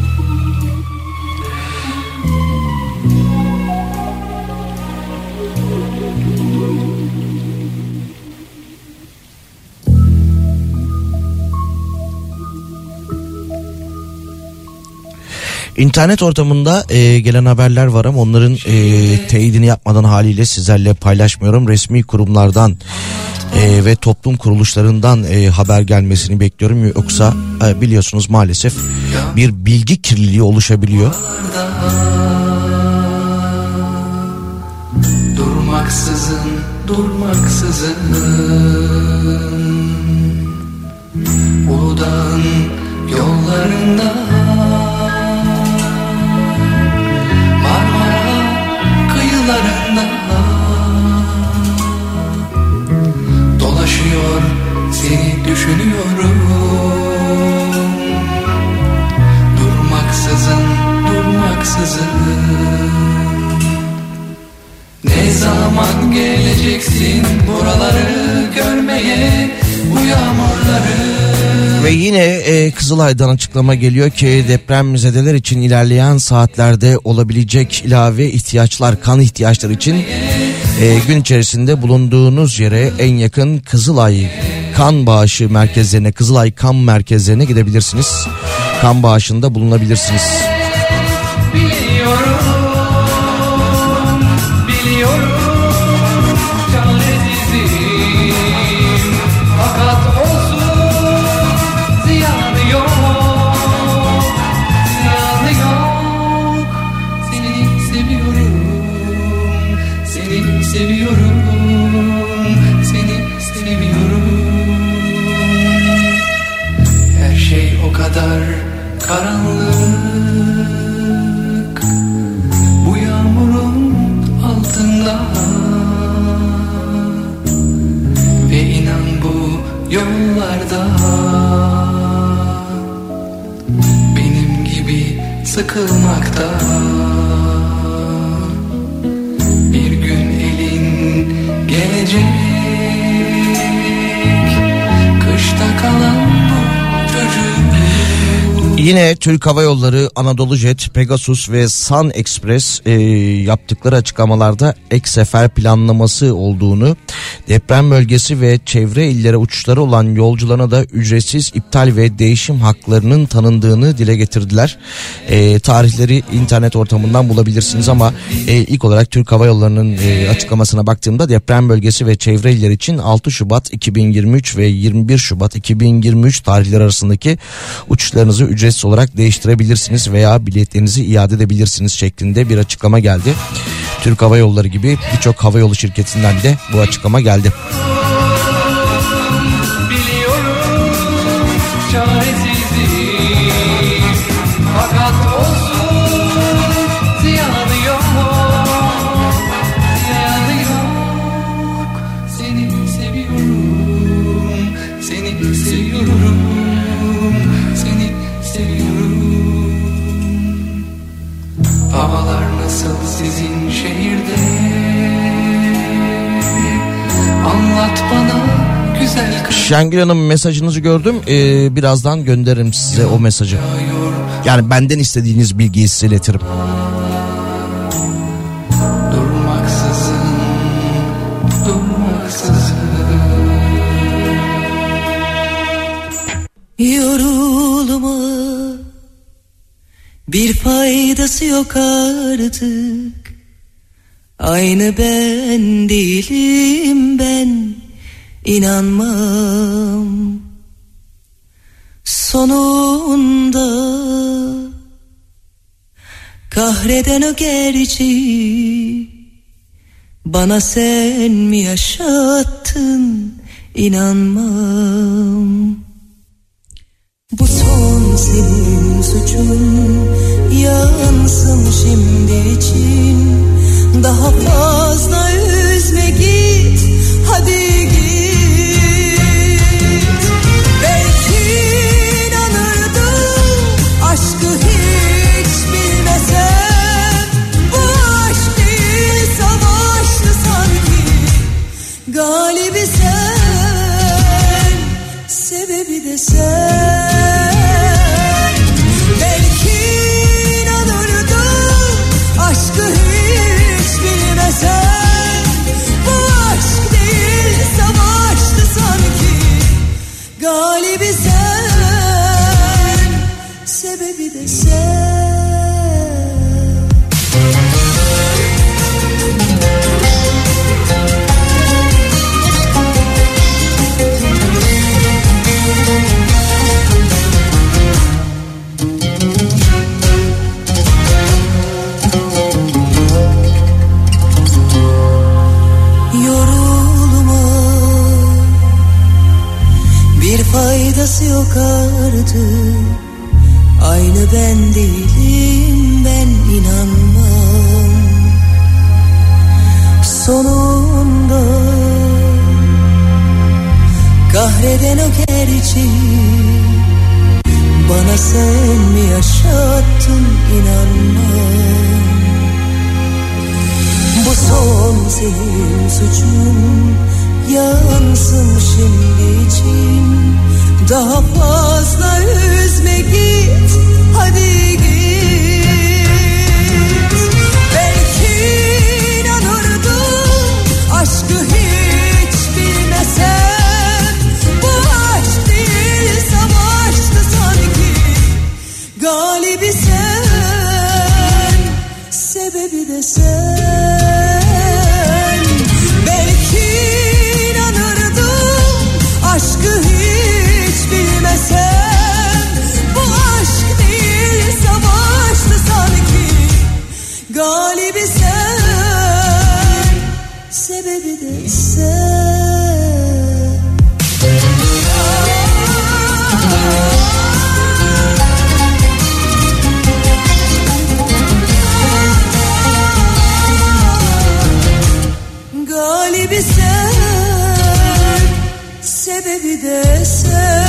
İnternet ortamında gelen haberler var ama onların teyidini yapmadan haliyle sizlerle paylaşmıyorum. Resmi kurumlardan ve toplum kuruluşlarından haber gelmesini bekliyorum. Yoksa biliyorsunuz maalesef bir bilgi kirliliği oluşabiliyor. Durmaksızın Uludağ'ın yollarında, Marmara kıyılarında dolaşıyor, seni düşünüyorum. Durmaksızın ne zaman geleceksin buraları görmeye, bu yağmurları? Ve yine Kızılay'dan açıklama geliyor ki depremzedeler için ilerleyen saatlerde olabilecek ilave ihtiyaçlar, kan ihtiyaçları için gün içerisinde bulunduğunuz yere en yakın Kızılay kan bağışı merkezlerine, Kızılay kan merkezlerine gidebilirsiniz. Kan bağışında bulunabilirsiniz. Biliyorum, çaresizim. Fakat olsun, ziyanı yok, ziyanı yok. Seni seviyorum, seni seviyorum, seni seviyorum. Her şey o kadar karanlık. Bu yağmurun altında. Ve inan bu yollarda benim gibi sıkılmakta. Bir gün elin gelecek, kışta kalan bu çocuk. Yine Türk Hava Yolları, Anadolu Jet, Pegasus ve Sun Express yaptıkları açıklamalarda ek sefer planlaması olduğunu, deprem bölgesi ve çevre illere uçuşları olan yolcularına da ücretsiz iptal ve değişim haklarının tanındığını dile getirdiler. Tarihleri internet ortamından bulabilirsiniz ama ilk olarak Türk Hava Yolları'nın açıklamasına baktığımda deprem bölgesi ve çevre iller için 6 Şubat 2023 ve 21 Şubat 2023 tarihleri arasındaki uçuşlarınızı ücretsiz olarak değiştirebilirsiniz veya biletlerinizi iade edebilirsiniz şeklinde bir açıklama geldi. Türk Hava Yolları gibi birçok havayolu şirketinden de bu açıklama geldi. Biliyorum, çaresizim. Fakat olsun, ziyanı yok, ziyanı yok. Seni seviyorum, seni seviyorum, seni seviyorum. Havalar nasıl sizin şehirde? Anlat bana güzel kız. Şengül Hanım, mesajınızı gördüm. Birazdan gönderirim size o mesajı. Yani benden istediğiniz bilgiyi size iletirim. Durmaksızın, durmaksızın. Yorulma, bir faydası yok artık. Aynı ben değilim ben, inanmam. Sonunda kahreden o gerçeği bana sen mi yaşattın, inanmam. Bu son senin suçun, yansın şimdi için. Daha fazla üzme, git, hadi git. Belki inanırdım, aşkı hiç bilmesem. Bu aşk değil, savaştı sanki. Galibi sen, sebebi de sen. Belki inanırdım, aşkı hiç bilmesem. Bu aşk değil, savaştı sanki. Galibi sen, sebebi de sen. Faydası yok artık. Aynı ben değilim ben, inanmam. Sonunda kahreden o gerçeği bana sen mi yaşattın, inanmam. Bu son senin suçun, yansın şimdi için. Daha fazla üzme, git, hadi git. Belki inanırdım, aşkı hiç bilmesem. Bu sebebi de sen.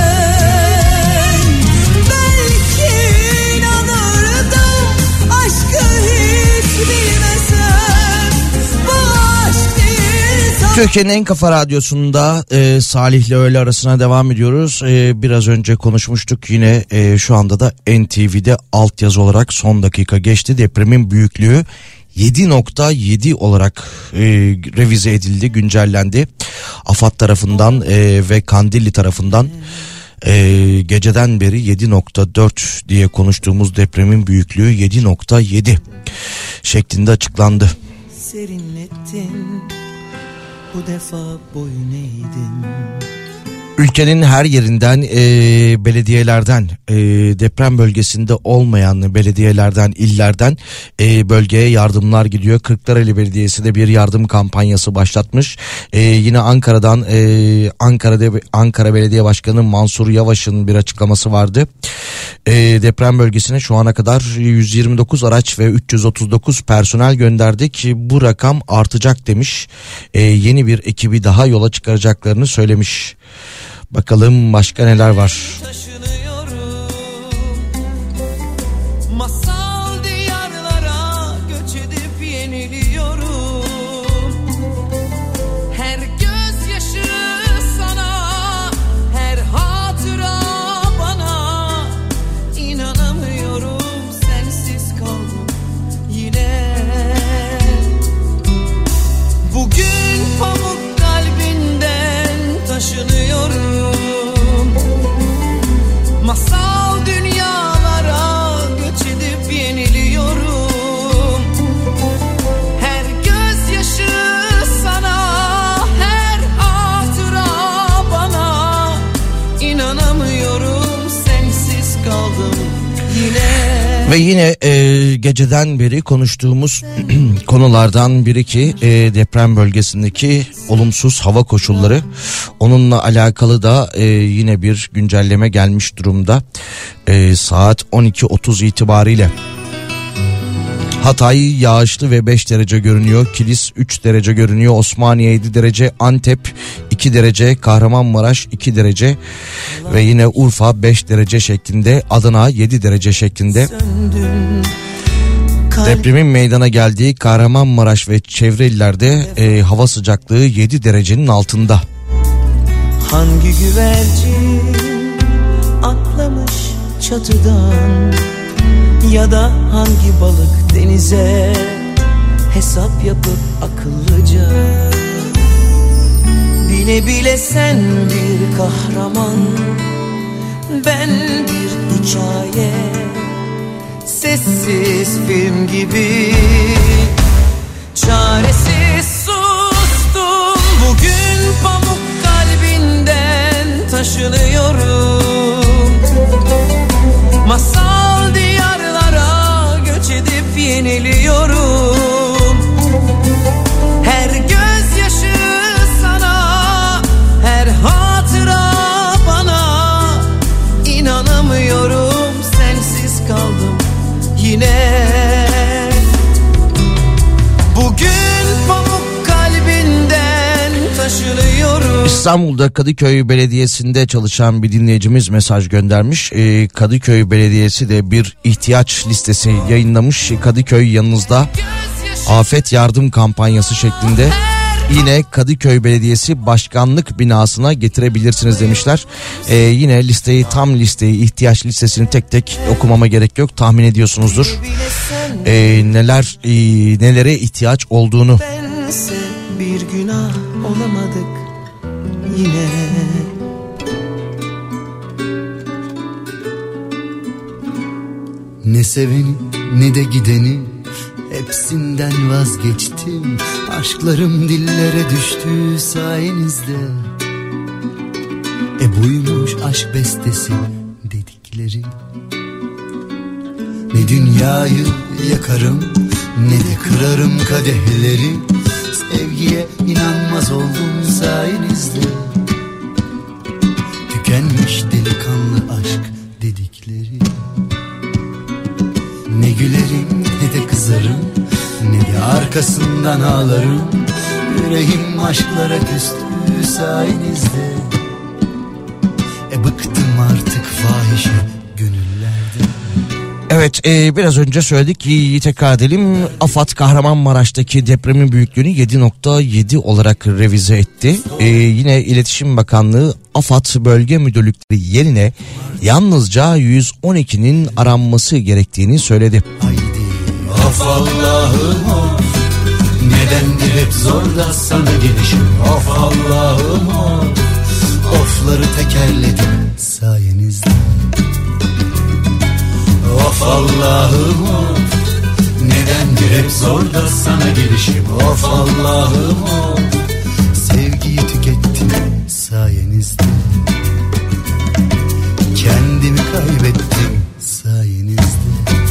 Belki inanırdım aşkı hiç bilmesem. Bu aşk değil. Türkiye'nin en kafa radyosunda Salih'le öğle arasına devam ediyoruz. Biraz önce konuşmuştuk yine, şu anda da NTV'de altyazı olarak son dakika geçti. Depremin büyüklüğü 7.7 olarak revize edildi, güncellendi. AFAD tarafından ve Kandilli tarafından geceden beri 7.4 diye konuştuğumuz depremin büyüklüğü 7.7 şeklinde açıklandı. Serinlettin, bu defa boyun eğdin. Ülkenin her yerinden belediyelerden, deprem bölgesinde olmayan belediyelerden, illerden bölgeye yardımlar gidiyor. Kırklareli Belediyesi de bir yardım kampanyası başlatmış. Yine Ankara'dan Ankara Belediye Başkanı Mansur Yavaş'ın bir açıklaması vardı. Deprem bölgesine şu ana kadar 129 araç ve 339 personel gönderdik. Bu rakam artacak demiş. Yeni bir ekibi daha yola çıkaracaklarını söylemiş. Bakalım başka neler var. Masal diyarlara göç edip yeniliyorum. Her gözyaşı sana, her hatıra bana. İnanamıyorum, sensiz kaldım yine. Bugün pamuk kalbinden taşınıyorum. Masal dünyalara göç edip yeniliyorum. Her gözyaşı sana, her hatıra bana. İnanamıyorum, sensiz kaldım yine. Ve yine geceden beri konuştuğumuz konulardan biri ki deprem bölgesindeki olumsuz hava koşulları. Onunla alakalı da yine bir güncelleme gelmiş durumda. Saat 12.30 itibariyle Hatay yağışlı ve 5 derece görünüyor. Kilis 3 derece görünüyor. Osmaniye 7 derece. Antep 2 derece. Kahramanmaraş 2 derece. Ve yine Urfa 5 derece şeklinde. Adana 7 derece şeklinde. Depremin meydana geldiği Kahramanmaraş ve çevre illerde hava sıcaklığı 7 derecenin altında. Hangi güvercin atlamış çatıdan, ya da hangi balık denize hesap yapıp akıllıca. Bile bile sen bir kahraman, ben bir hikaye. Sessiz film gibi çaresiz sustum. Bugün pamuk kalbinden taşınıyorum. Masal diyarlara göç edip yeniliyorum. Her gözyaşı sana, her hatıra bana. İnanamıyorum, sensiz kaldım yine. Bugün pamuk kalbinden taşınıyorum. İstanbul'da Kadıköy Belediyesi'nde çalışan bir dinleyicimiz mesaj göndermiş. Kadıköy Belediyesi de bir ihtiyaç listesi yayınlamış. Kadıköy yanınızda afet yardım kampanyası şeklinde. Yine Kadıköy Belediyesi Başkanlık binasına getirebilirsiniz demişler. Yine listeyi, tam listeyi, ihtiyaç listesini tek tek okumama gerek yok. Tahmin ediyorsunuzdur nelere ihtiyaç olduğunu. Bense bir günah olamadık yine. Ne seveni ne de gideni, hepsinden vazgeçtim. Aşklarım dillere düştü sayenizde. Buymuş aşk bestesi dedikleri. Ne dünyayı yakarım ne de kırarım kadehleri. Sevgiye inanmaz oldum sayenizde. Tükenmiş delikanlı aşk dedikleri. Ne gülerim ne de kızarım, ne de arkasından ağlarım. Yüreğim aşklara küstü sayenizde. Bıktım artık fahişe gönüllerden. Evet, biraz önce söyledik ki tekrar edelim. AFAD Kahramanmaraş'taki depremin büyüklüğünü 7.7 olarak revize etti. Yine İletişim Bakanlığı AFAD bölge müdürlükleri yerine yalnızca 112'nin aranması gerektiğini söyledi. Haydi of Allah'ım of, nedendir hep zor da sana gelişim. Of Allah'ım of, ofları tekerledim sayenizde. Of Allah'ım of, nedendir hep zor da sana gelişim. Of Allah'ım of, sevgiyi tükettim sayenizde. Kendimi kaybettim sayenizde.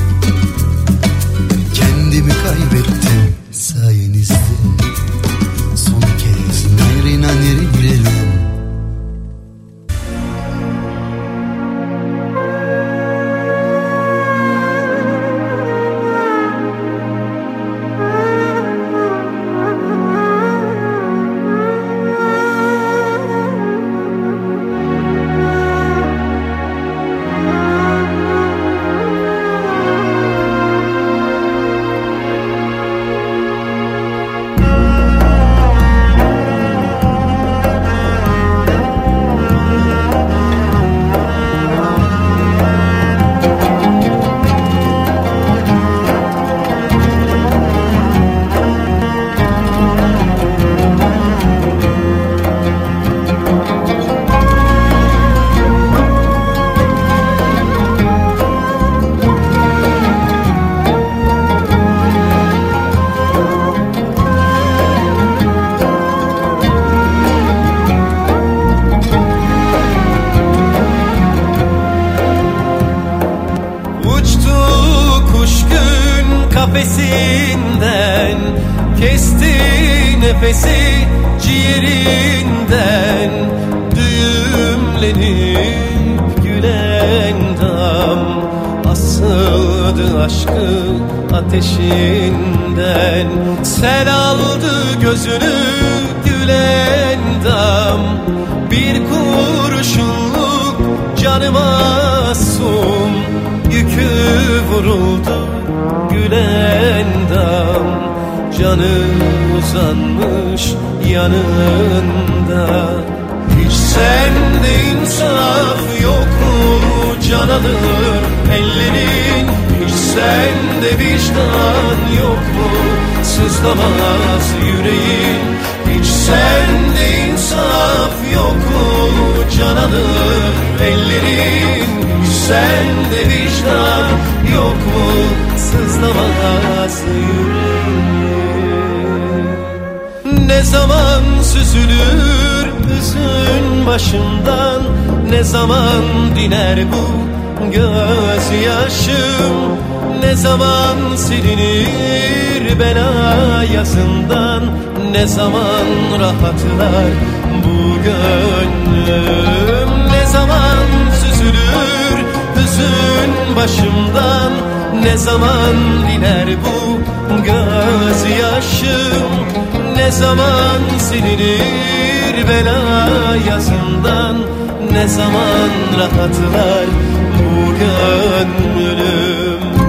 Kendimi kaybettim sayenizde. Son kez nari nari gülelim. Kafesinden kesti nefesi ciğerinden, düğümlenip gülen dam asıldı aşkı ateşinden. Sel aldı gözünü gülen dam, bir kurşunluk canı masum yükü vuruldu gülen dam. Canı uzanmış yanında. Hiç sende insaf yok mu can alır ellerin? Hiç sende vicdan yok mu sızlamaz yüreğin? Hiç sende insaf yok mu can alır ellerin? Hiç sende vicdan yok mu sızlamaz yüreğin? Ne zaman süzülür hüzün başımdan, ne zaman diner bu gözyaşım, ne zaman silinir bela yazından, ne zaman rahatlar bu gönlüm? Ne zaman süzülür hüzün başımdan, ne zaman diner bu gözyaşım, ne zaman silinir bela yazından, ne zaman rahatlar bu gönlüm?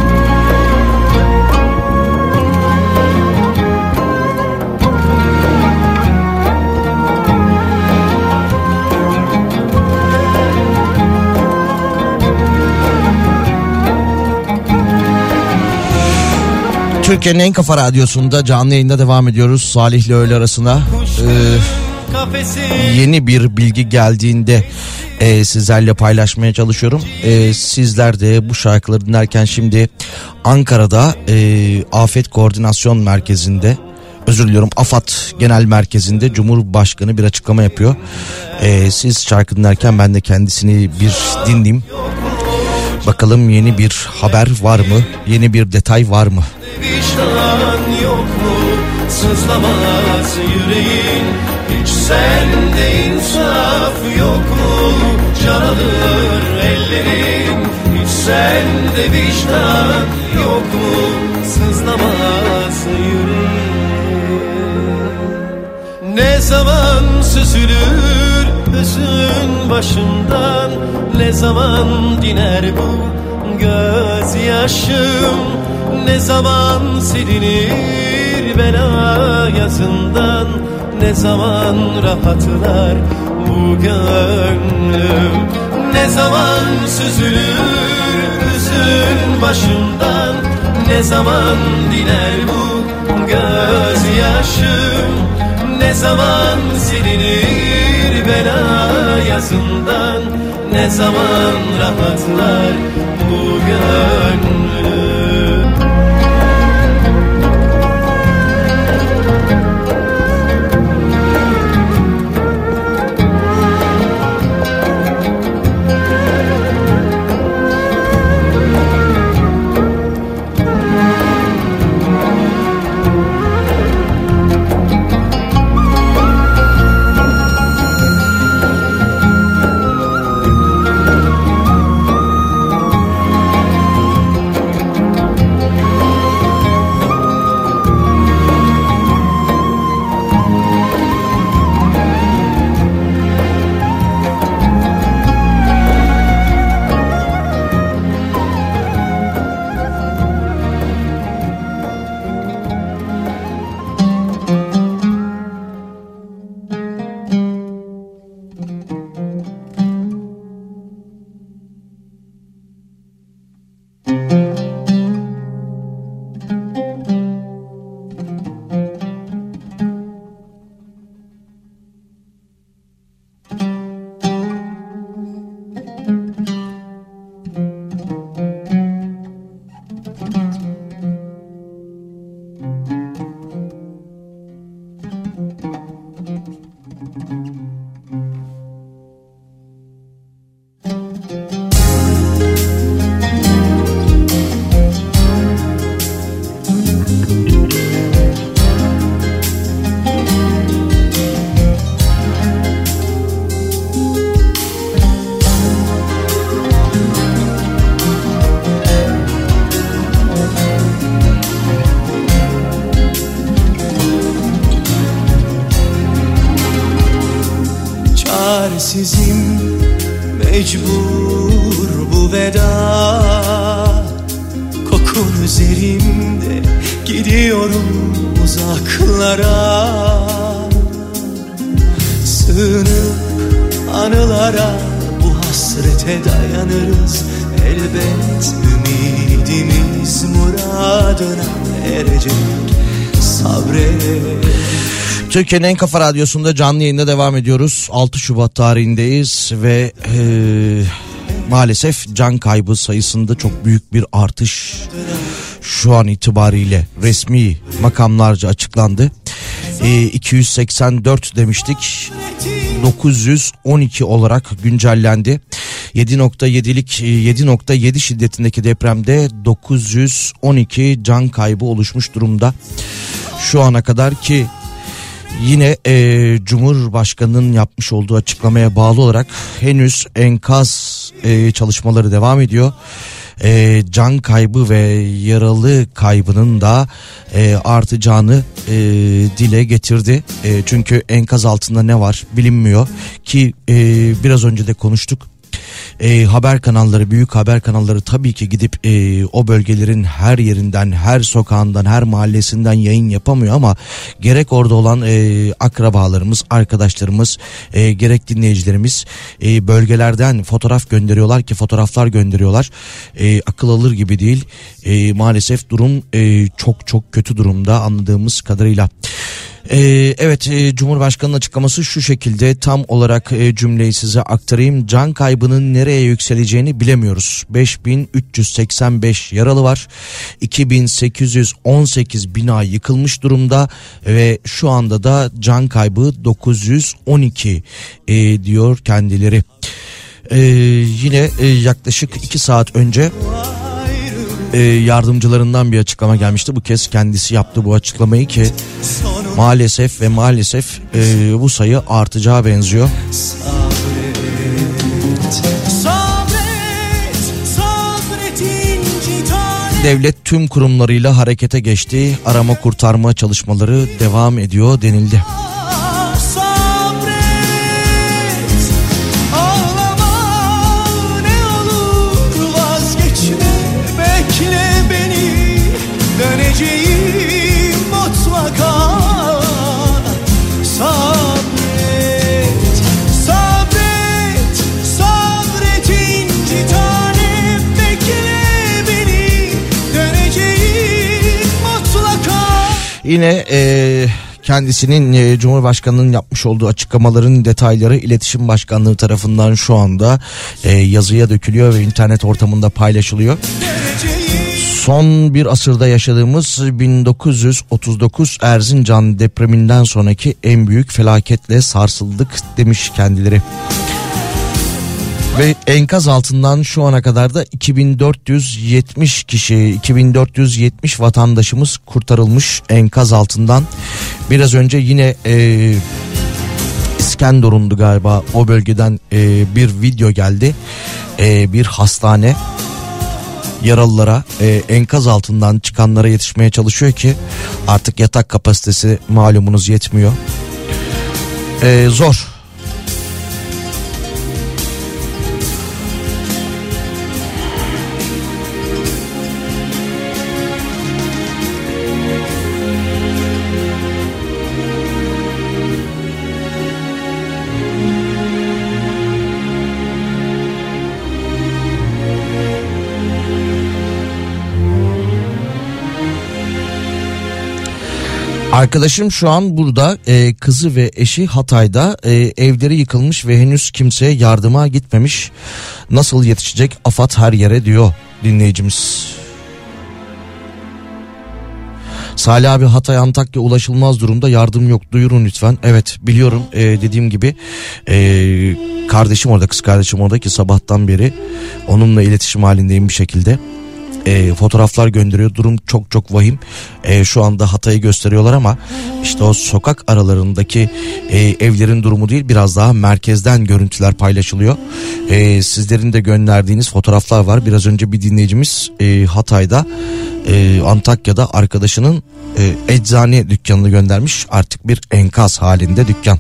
Türkiye'nin en kafa radyosunda canlı yayında devam ediyoruz. Salih'le öğle arasına yeni bir bilgi geldiğinde sizlerle paylaşmaya çalışıyorum. Sizler de bu şarkıları dinlerken şimdi Ankara'da Afet Koordinasyon Merkezi'nde, özür diliyorum, AFAD Genel Merkezi'nde Cumhurbaşkanı bir açıklama yapıyor. Siz şarkı dinlerken ben de kendisini bir dinleyeyim. Bakalım yeni bir haber var mı? Yeni bir detay var mı? Vicdan yok mu sızlamaz yüreğin? Hiç sende insaf yok mu can alır ellerin? Hiç sende vicdan yok mu sızlamaz yüreğin? Ne zaman süzülür hüzün başımdan ne zaman diner bu gözyaşım, ne zaman silinir bela yazından, ne zaman rahatlar bu gönlüm, ne zaman süzülür hüzün başımdan, ne zaman diner bu gözyaşım, ne zaman silinir bela yazından, ne zaman rahatlar bu gönlüm. Çaresizim, mecbur bu veda. Kokun üzerimde, gidiyorum uzaklara. Sığınıp anılara, bu hasrete dayanırız. Elbet ümidimiz muradına erecek. Sabret. Türkiye'nin en kafa radyosunda canlı yayında devam ediyoruz. 6 Şubat tarihindeyiz ve maalesef can kaybı sayısında çok büyük bir artış şu an itibariyle resmi makamlarca açıklandı. 284 demiştik, 912 olarak güncellendi. 7.7 şiddetindeki depremde 912 can kaybı oluşmuş durumda. Şu ana kadar ki yine Cumhurbaşkanı'nın yapmış olduğu açıklamaya bağlı olarak henüz enkaz çalışmaları devam ediyor. Can kaybı ve yaralı kaybının da artacağını dile getirdi. Çünkü enkaz altında ne var bilinmiyor ki biraz önce de konuştuk. Haber kanalları, büyük haber kanalları tabii ki gidip o bölgelerin her yerinden, her sokağından, her mahallesinden yayın yapamıyor ama gerek orada olan akrabalarımız, arkadaşlarımız, gerek dinleyicilerimiz bölgelerden fotoğraf gönderiyorlar ki fotoğraflar gönderiyorlar. Akıl alır gibi değil. Maalesef durum çok çok kötü durumda anladığımız kadarıyla. Evet, Cumhurbaşkanı'nın açıklaması şu şekilde, tam olarak cümleyi size aktarayım. Can kaybının nereye yükseleceğini bilemiyoruz. 5385 yaralı var. 2818 bina yıkılmış durumda ve şu anda da can kaybı 912 diyor kendileri. Yine yaklaşık 2 saat önce yardımcılarından bir açıklama gelmişti. Bu kez kendisi yaptı bu açıklamayı ki maalesef bu sayı artacağı benziyor. Devlet tüm kurumlarıyla harekete geçti. Arama kurtarma çalışmaları devam ediyor denildi. Sabret, Yine kendisinin Cumhurbaşkanı'nın yapmış olduğu açıklamaların detayları İletişim Başkanlığı tarafından şu anda yazıya dökülüyor ve internet ortamında paylaşılıyor. Son bir asırda yaşadığımız 1939 Erzincan depreminden sonraki en büyük felaketle sarsıldık demiş kendileri. Ve enkaz altından şu ana kadar da 2470 kişi, 2470 vatandaşımız kurtarılmış enkaz altından. Biraz önce yine İskenderun'du galiba, o bölgeden bir video geldi. Bir hastane yaralılara, enkaz altından çıkanlara yetişmeye çalışıyor ki artık yatak kapasitesi malumunuz yetmiyor. Zor. Arkadaşım şu an burada, kızı ve eşi Hatay'da, evleri yıkılmış ve henüz kimse yardıma gitmemiş. Nasıl yetişecek AFAD her yere diyor dinleyicimiz. Salih abi, Hatay Antakya ulaşılmaz durumda, yardım yok, duyurun lütfen. Evet biliyorum, dediğim gibi kardeşim orada, kız kardeşim orada ki sabahtan beri onunla iletişim halindeyim bir şekilde. Fotoğraflar gönderiyor, durum çok çok vahim. Şu anda Hatay'ı gösteriyorlar ama işte o sokak aralarındaki evlerin durumu değil, biraz daha merkezden görüntüler paylaşılıyor. Sizlerin de gönderdiğiniz fotoğraflar var. Biraz önce bir dinleyicimiz Hatay'da, Antakya'da arkadaşının eczane dükkanını göndermiş, artık bir enkaz halinde dükkan.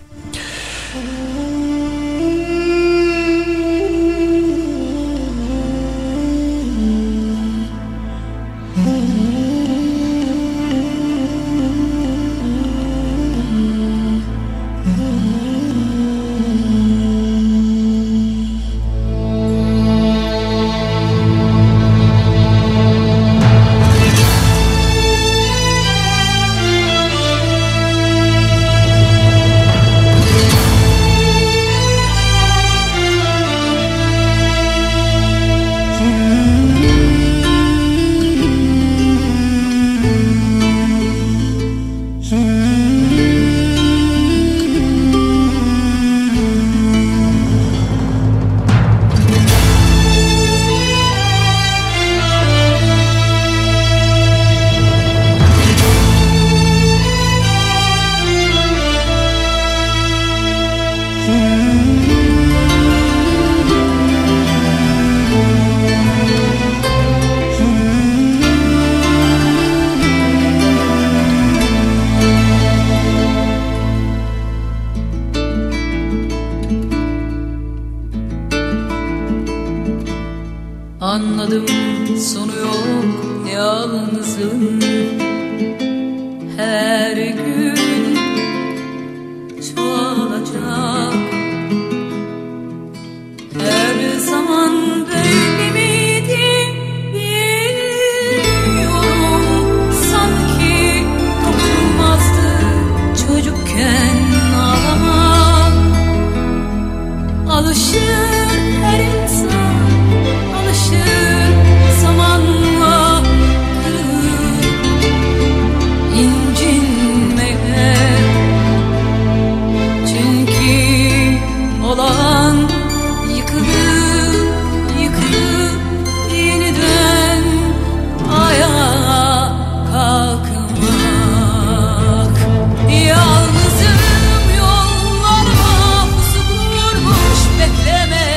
Anladım, sonu yok yalnızım. Her gün çoğalacak. Her zaman böyle miydi bilmiyorum. Sanki dokunmazdı çocukken ağlamak. Alışır her insan, zamanla incinmeye. Çünkü olan yıkılıp yıkılıp yeniden ayağa kalkmak. Yalnızım, yollarıma pusu kurmuş bekleme.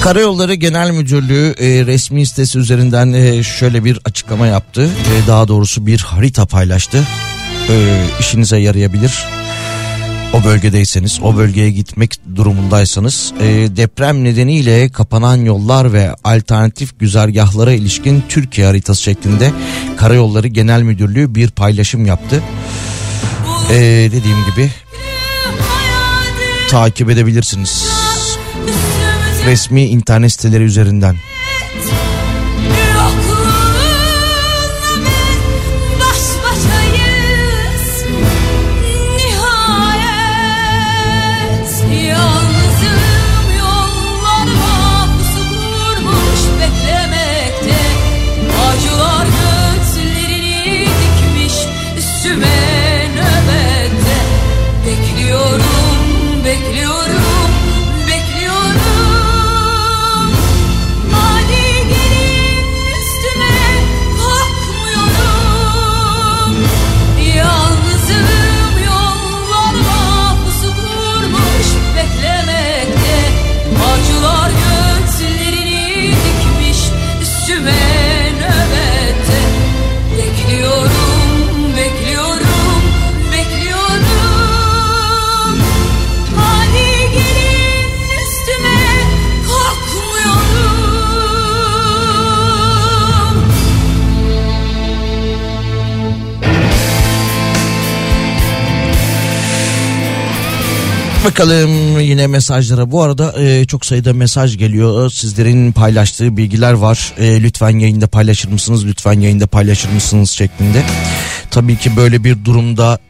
Karayolları Genel Müdürlüğü resmi sitesi üzerinden şöyle bir açıklama yaptı. Daha doğrusu bir harita paylaştı. İşinize yarayabilir. O bölgedeyseniz, o bölgeye gitmek durumundaysanız deprem nedeniyle kapanan yollar ve alternatif güzergahlara ilişkin Türkiye haritası şeklinde Karayolları Genel Müdürlüğü bir paylaşım yaptı. Dediğim gibi takip edebilirsiniz resmi internet siteleri üzerinden. Bakalım yine mesajlara. Bu arada çok sayıda mesaj geliyor. Sizlerin paylaştığı bilgiler var. Lütfen yayında paylaşır mısınız? Lütfen yayında paylaşır mısınız şeklinde. Tabii ki böyle bir durumda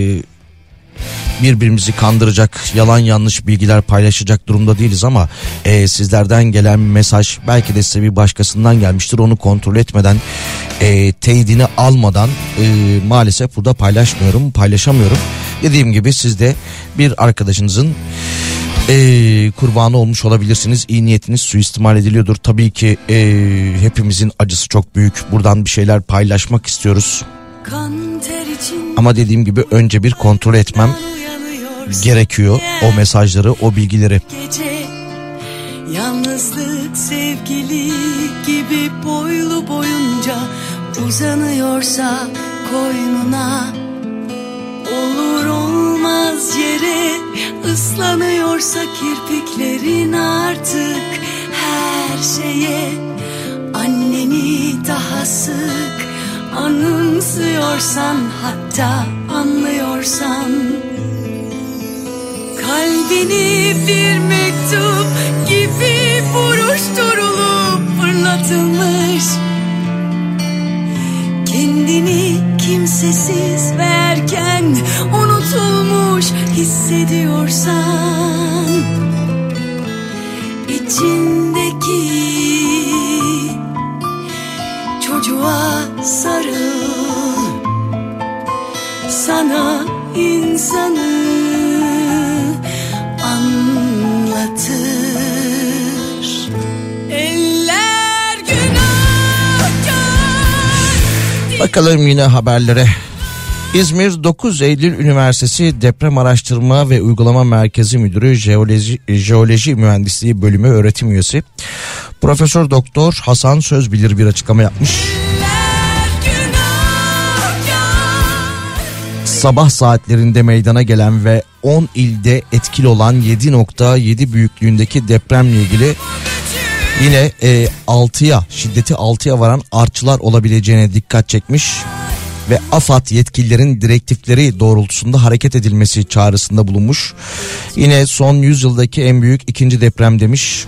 birbirimizi kandıracak, yalan yanlış bilgiler paylaşacak durumda değiliz ama sizlerden gelen mesaj belki de size bir başkasından gelmiştir. Onu kontrol etmeden, teyidini almadan maalesef burada paylaşamıyorum. Dediğim gibi siz de bir arkadaşınızın kurbanı olmuş olabilirsiniz. İyi niyetiniz suistimal ediliyordur. Tabii ki hepimizin acısı çok büyük. Buradan bir şeyler paylaşmak istiyoruz. Ama dediğim gibi önce bir kontrol etmem gerekiyor o mesajları, o bilgileri. Gece, yalnızlık sevgili gibi boylu boyunca uzanıyorsa koynuna, olur olmaz yere ıslanıyorsa kirpiklerin artık her şeye, anneni daha sık anımsıyorsan, hatta anlıyorsan, kalbini bir mektup gibi buruşturulup fırlatılmış, kendini kimsesiz ve erken unutulmuş hissediyorsan, içindeki çocuğa sarıl, sana insanı anlatır. Eller günahkar. Bakalım yine haberlere. İzmir 9 Eylül Üniversitesi Deprem Araştırma ve Uygulama Merkezi Müdürü Jeoloji Mühendisliği Bölümü öğretim üyesi Profesör Doktor Hasan Sözbilir bir açıklama yapmış. Sabah saatlerinde meydana gelen ve 10 ilde etkili olan 7.7 büyüklüğündeki depremle ilgili yine şiddeti 6'ya varan artçılar olabileceğine dikkat çekmiş ve AFAD yetkililerin direktifleri doğrultusunda hareket edilmesi çağrısında bulunmuş. Yine son yüzyıldaki en büyük ikinci deprem demiş.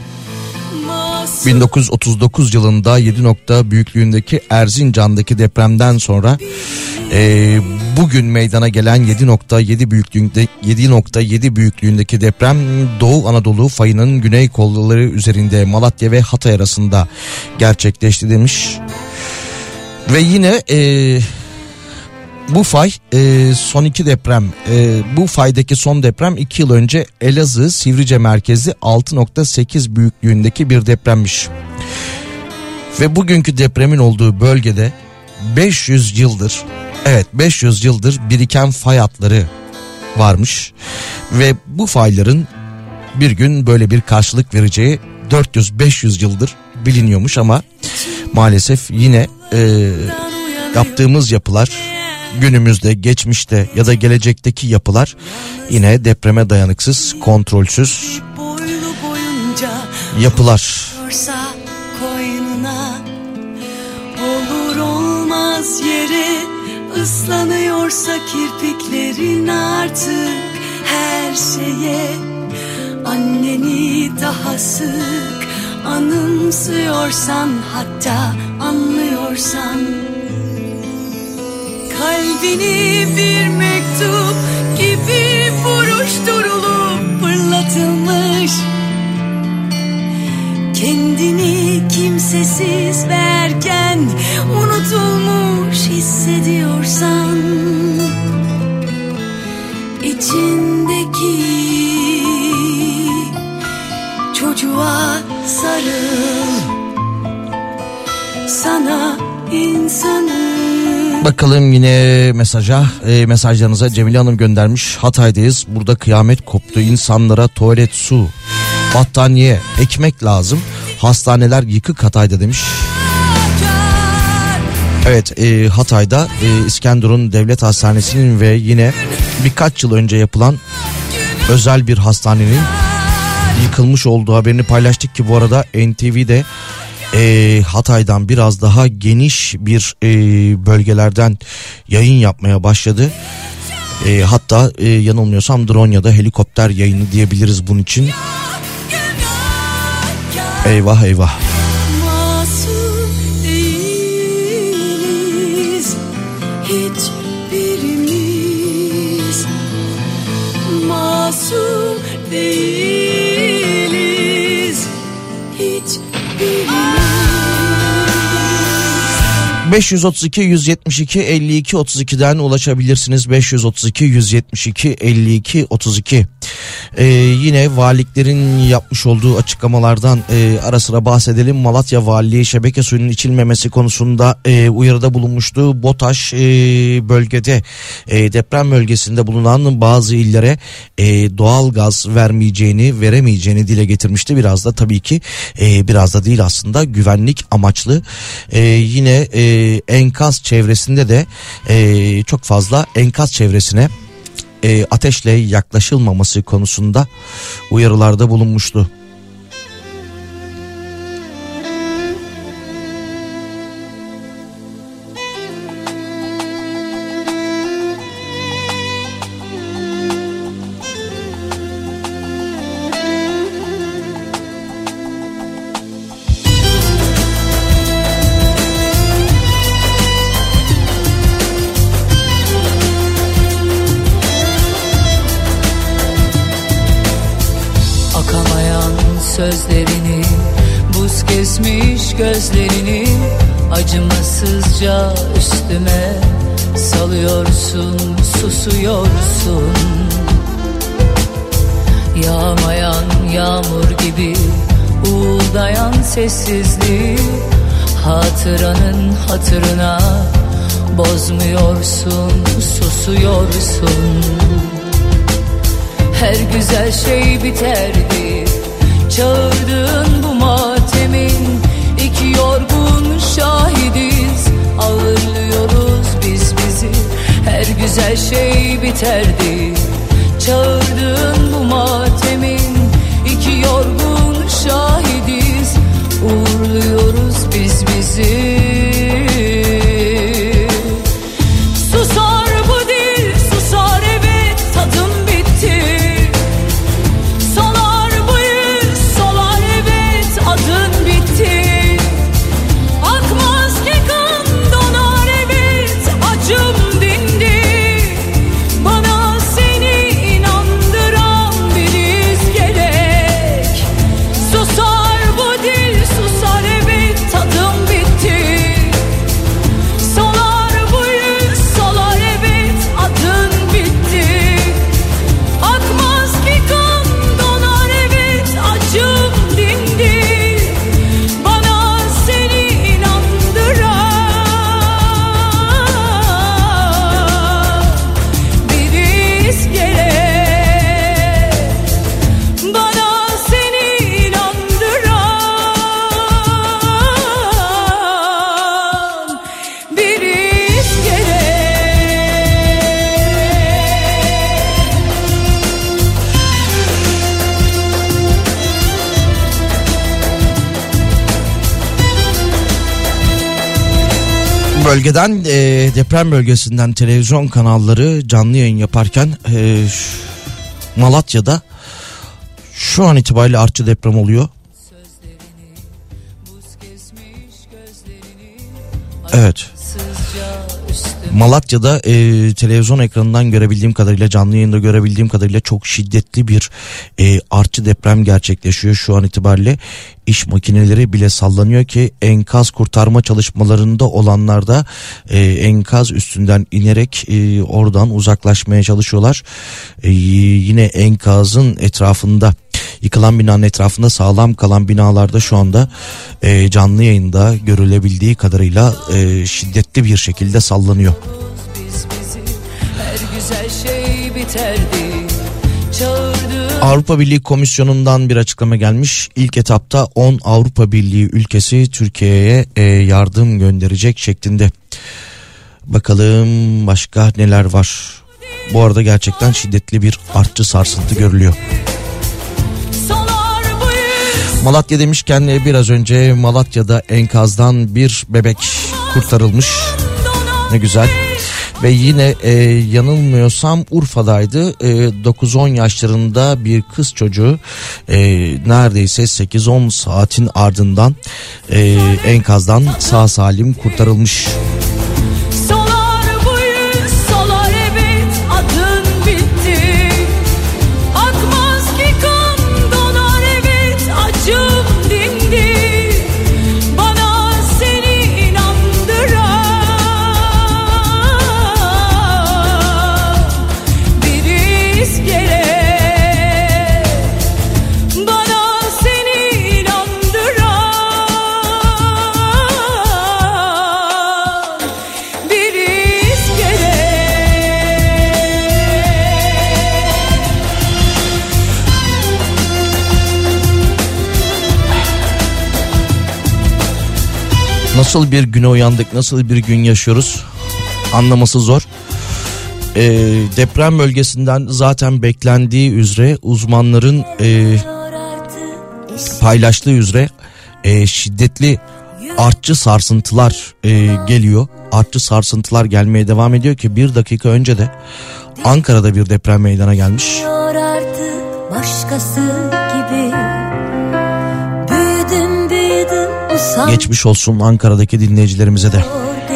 1939 yılında 7 büyüklüğündeki Erzincan'daki depremden sonra bugün meydana gelen 7.7 büyüklüğündeki deprem Doğu Anadolu fayının güney kolları üzerinde Malatya ve Hatay arasında gerçekleşti demiş. Ve yine bu fay son iki deprem, bu faydaki son deprem 2 yıl önce Elazığ Sivrice merkezli 6.8 büyüklüğündeki bir depremmiş. Ve bugünkü depremin olduğu bölgede 500 yıldır biriken fay hatları varmış. Ve bu fayların bir gün böyle bir karşılık vereceği 400-500 yıldır biliniyormuş ama maalesef yine yaptığımız yapılar, günümüzde, geçmişte ya da gelecekteki yapılar yine depreme dayanıksız, kontrolsüz yapılar. Koynuna olur olmaz yere ıslanıyorsa kirpiklerin artık her şeye anneni daha sık anımsıyorsan hatta anlıyorsan kalbini bir mektup gibi buruşturulup fırlatılmış kendini kimsesiz verken unutulmuş hissediyorsan içindeki çocuğa sarıl sana insanım. Bakalım yine mesajlarınıza. Cemile Hanım göndermiş. Hatay'dayız, burada kıyamet koptu, insanlara tuvalet, su, battaniye, ekmek lazım, hastaneler yıkık Hatay'da demiş. Evet, Hatay'da İskenderun Devlet Hastanesi'nin ve yine birkaç yıl önce yapılan özel bir hastanenin yıkılmış olduğu haberini paylaştık ki bu arada NTV'de Hatay'dan biraz daha geniş bir bölgelerden yayın yapmaya başladı. Hatta yanılmıyorsam drone ya da helikopter yayını diyebiliriz bunun için. Eyvah eyvah. Masum değiliz hiçbirimiz. Masum değiliz hiçbirimiz. 532 172 52 32'den ulaşabilirsiniz. 532 172 52 32. Yine valiliklerin yapmış olduğu açıklamalardan ara sıra bahsedelim. Malatya Valiliği şebeke suyunun içilmemesi konusunda uyarıda bulunmuştu. BOTAŞ bölgede deprem bölgesinde bulunan bazı illere doğal gaz veremeyeceğini dile getirmişti. Biraz da tabii ki biraz da değil aslında güvenlik amaçlı. Yine enkaz çevresinde de çok fazla enkaz çevresine ateşle yaklaşılmaması konusunda uyarılarda bulunmuştu. Sözlerini, buz kesmiş gözlerini acımasızca üstüme salıyorsun, susuyorsun. Yağmayan yağmur gibi uğuldayan sessizliği hatıranın hatırına bozmuyorsun, susuyorsun. Her güzel şey biterdi çağırdığın bu matemin, iki yorgun şahidiz, ağırlıyoruz biz bizi. Her güzel şey biterdi çağırdığın bu matemin, iki yorgun şahidiz, uğurluyoruz biz bizi. Susar bu dil, susar evet, tadım bitti. Bana seni inandıran biriz deprem bölgesinden televizyon kanalları canlı yayın yaparken Malatya'da şu an itibariyle artçı deprem oluyor. Evet. Malatya'da televizyon ekranından görebildiğim kadarıyla, canlı yayında görebildiğim kadarıyla çok şiddetli bir artçı deprem gerçekleşiyor şu an itibariyle. İş makineleri bile sallanıyor ki enkaz kurtarma çalışmalarında olanlar da enkaz üstünden inerek oradan uzaklaşmaya çalışıyorlar. Yine enkazın etrafında, yıkılan binanın etrafında sağlam kalan binalarda şu anda canlı yayında görülebildiği kadarıyla şiddetli bir şekilde sallanıyor. Avrupa Birliği Komisyonu'ndan bir açıklama gelmiş. İlk etapta 10 Avrupa Birliği ülkesi Türkiye'ye yardım gönderecek şeklinde. Bakalım başka neler var. Bu arada gerçekten şiddetli bir artçı sarsıntı görülüyor. Malatya demişken biraz önce Malatya'da enkazdan bir bebek kurtarılmış. Ne güzel. Ve yine yanılmıyorsam Urfa'daydı. 9-10 yaşlarında bir kız çocuğu neredeyse 8-10 saatin ardından enkazdan sağ salim kurtarılmış. Nasıl bir güne uyandık, nasıl bir gün yaşıyoruz anlaması zor. Deprem bölgesinden zaten beklendiği üzere uzmanların paylaştığı üzere şiddetli artçı sarsıntılar geliyor. Artçı sarsıntılar gelmeye devam ediyor ki bir dakika önce de Ankara'da bir deprem meydana gelmiş. Başkası gibi. Geçmiş olsun Ankara'daki dinleyicilerimize de.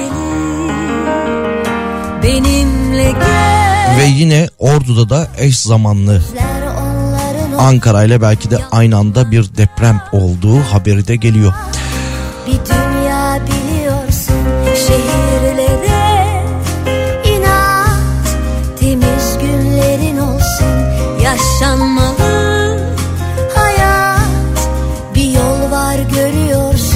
Ve yine Ordu'da da eş zamanlı Ankara ile belki de aynı anda bir deprem olduğu haberi de geliyor. Bir dünya biliyorsun, şehirlere inat, temiz günlerin olsun, yaşanmalı hayat, bir yol var görüyorsun,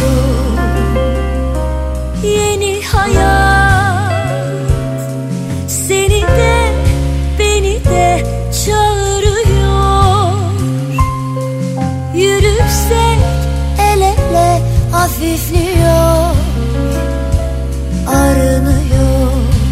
yeni hayat, seni de beni de çağırıyor, yürürsek el ele hafifliyor, arınıyor.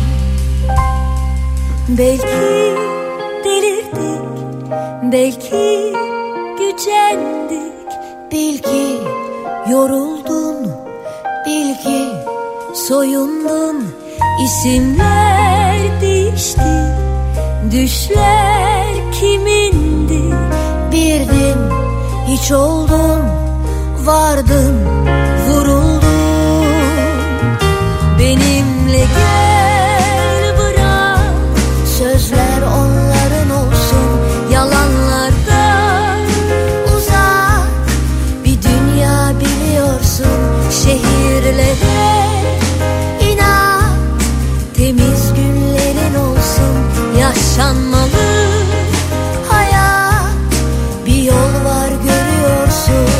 Belki delirdik, belki gücendik, bil ki yoruldun, bil ki soyundun. İsimler değişti, düşler kimindi, birdin hiç oldun, vardın vuruldun. Benimle gel, bırak sözler onların olsun, yalanlardan uzak bir dünya biliyorsun, şehirlere inat, temiz günlerin olsun, yaşanmalı hayat, bir yol var görüyorsun.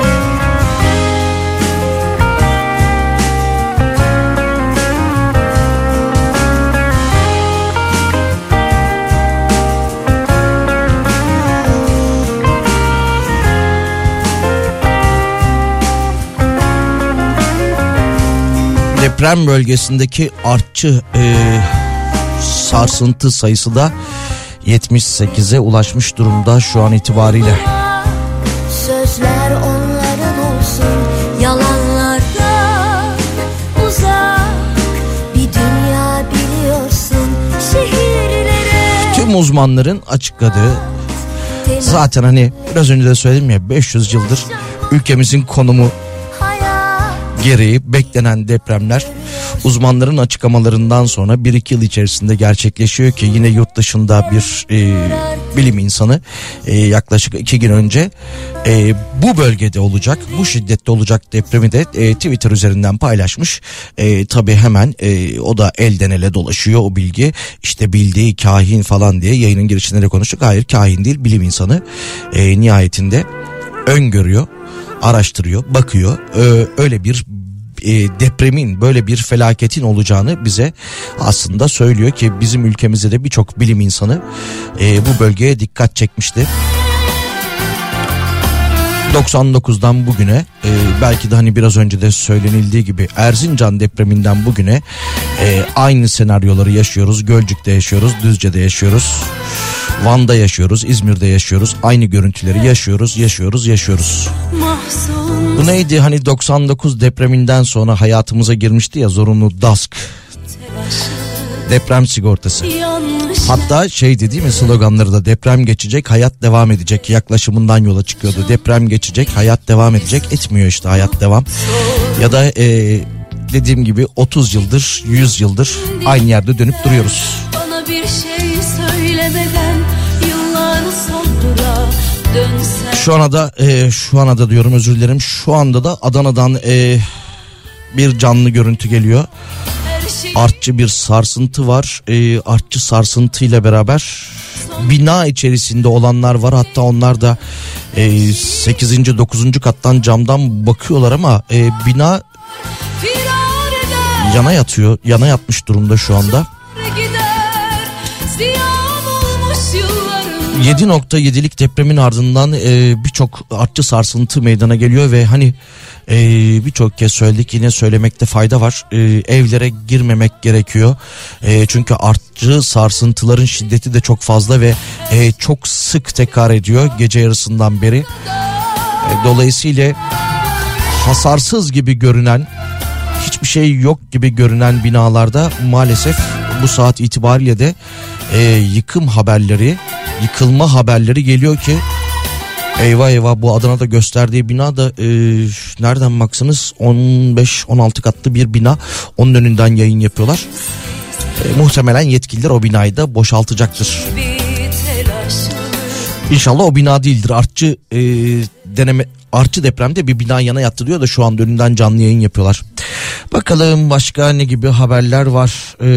Deprem bölgesindeki artçı sarsıntı sayısı da 78'e ulaşmış durumda şu an itibariyle. Sözler onların olsun, yalanlardan uzak tüm uzmanların açıkladığı, zaten hani biraz önce de söyledim ya, 500 yıldır ülkemizin konumu gereği beklenen depremler uzmanların açıklamalarından sonra 1-2 yıl içerisinde gerçekleşiyor ki yine yurt dışında bir bilim insanı yaklaşık 2 gün önce bu bölgede olacak, bu şiddette olacak depremi de Twitter üzerinden paylaşmış. Tabii hemen o da elden ele dolaşıyor o bilgi, işte bildiği kahin falan diye yayının girişinde de konuştuk. Hayır, kahin değil, bilim insanı nihayetinde öngörüyor, araştırıyor, bakıyor, öyle bir depremin, böyle bir felaketin olacağını bize aslında söylüyor ki bizim ülkemizde de birçok bilim insanı bu bölgeye dikkat çekmişti. 99'dan bugüne belki de hani biraz önce de söylenildiği gibi Erzincan depreminden bugüne aynı senaryoları yaşıyoruz. Gölcük'te yaşıyoruz, Düzce'de yaşıyoruz, Van'da yaşıyoruz, İzmir'de yaşıyoruz. Aynı görüntüleri yaşıyoruz. Bu neydi hani 99 depreminden sonra hayatımıza girmişti ya zorunlu DASK, deprem sigortası. Hatta şeydi değil mi, sloganları da deprem geçecek, hayat devam edecek yaklaşımından yola çıkıyordu. Deprem geçecek, hayat devam edecek, etmiyor işte, hayat devam. Ya da dediğim gibi 30 yıldır, 100 yıldır aynı yerde dönüp duruyoruz. Bana bir şey söylemeden yıllar sonra dönsen. Şu anda diyorum, özür dilerim. Şu anda da Adana'dan bir canlı görüntü geliyor. Artçı bir sarsıntı var. Artçı sarsıntıyla beraber bina içerisinde olanlar var. Hatta onlar da 8. 9. kattan camdan bakıyorlar ama bina yana yatmış durumda şu anda. 7.7'lik depremin ardından birçok artçı sarsıntı meydana geliyor ve hani birçok kez söyledik, yine söylemekte fayda var. Evlere girmemek gerekiyor. Çünkü artçı sarsıntıların şiddeti de çok fazla ve çok sık tekrar ediyor gece yarısından beri. Dolayısıyla hasarsız gibi görünen, hiçbir şey yok gibi görünen binalarda maalesef bu saat itibariyle de yıkılma haberleri geliyor ki eyvah bu Adana'da gösterdiği bina da nereden baksanız 15-16 katlı bir bina, onun önünden yayın yapıyorlar. Muhtemelen yetkililer o binayı da boşaltacaktır. İnşallah o bina değildir. Artçı depremde bir bina yana yattı diyor da şu anda önünden canlı yayın yapıyorlar. Bakalım başka ne gibi haberler var.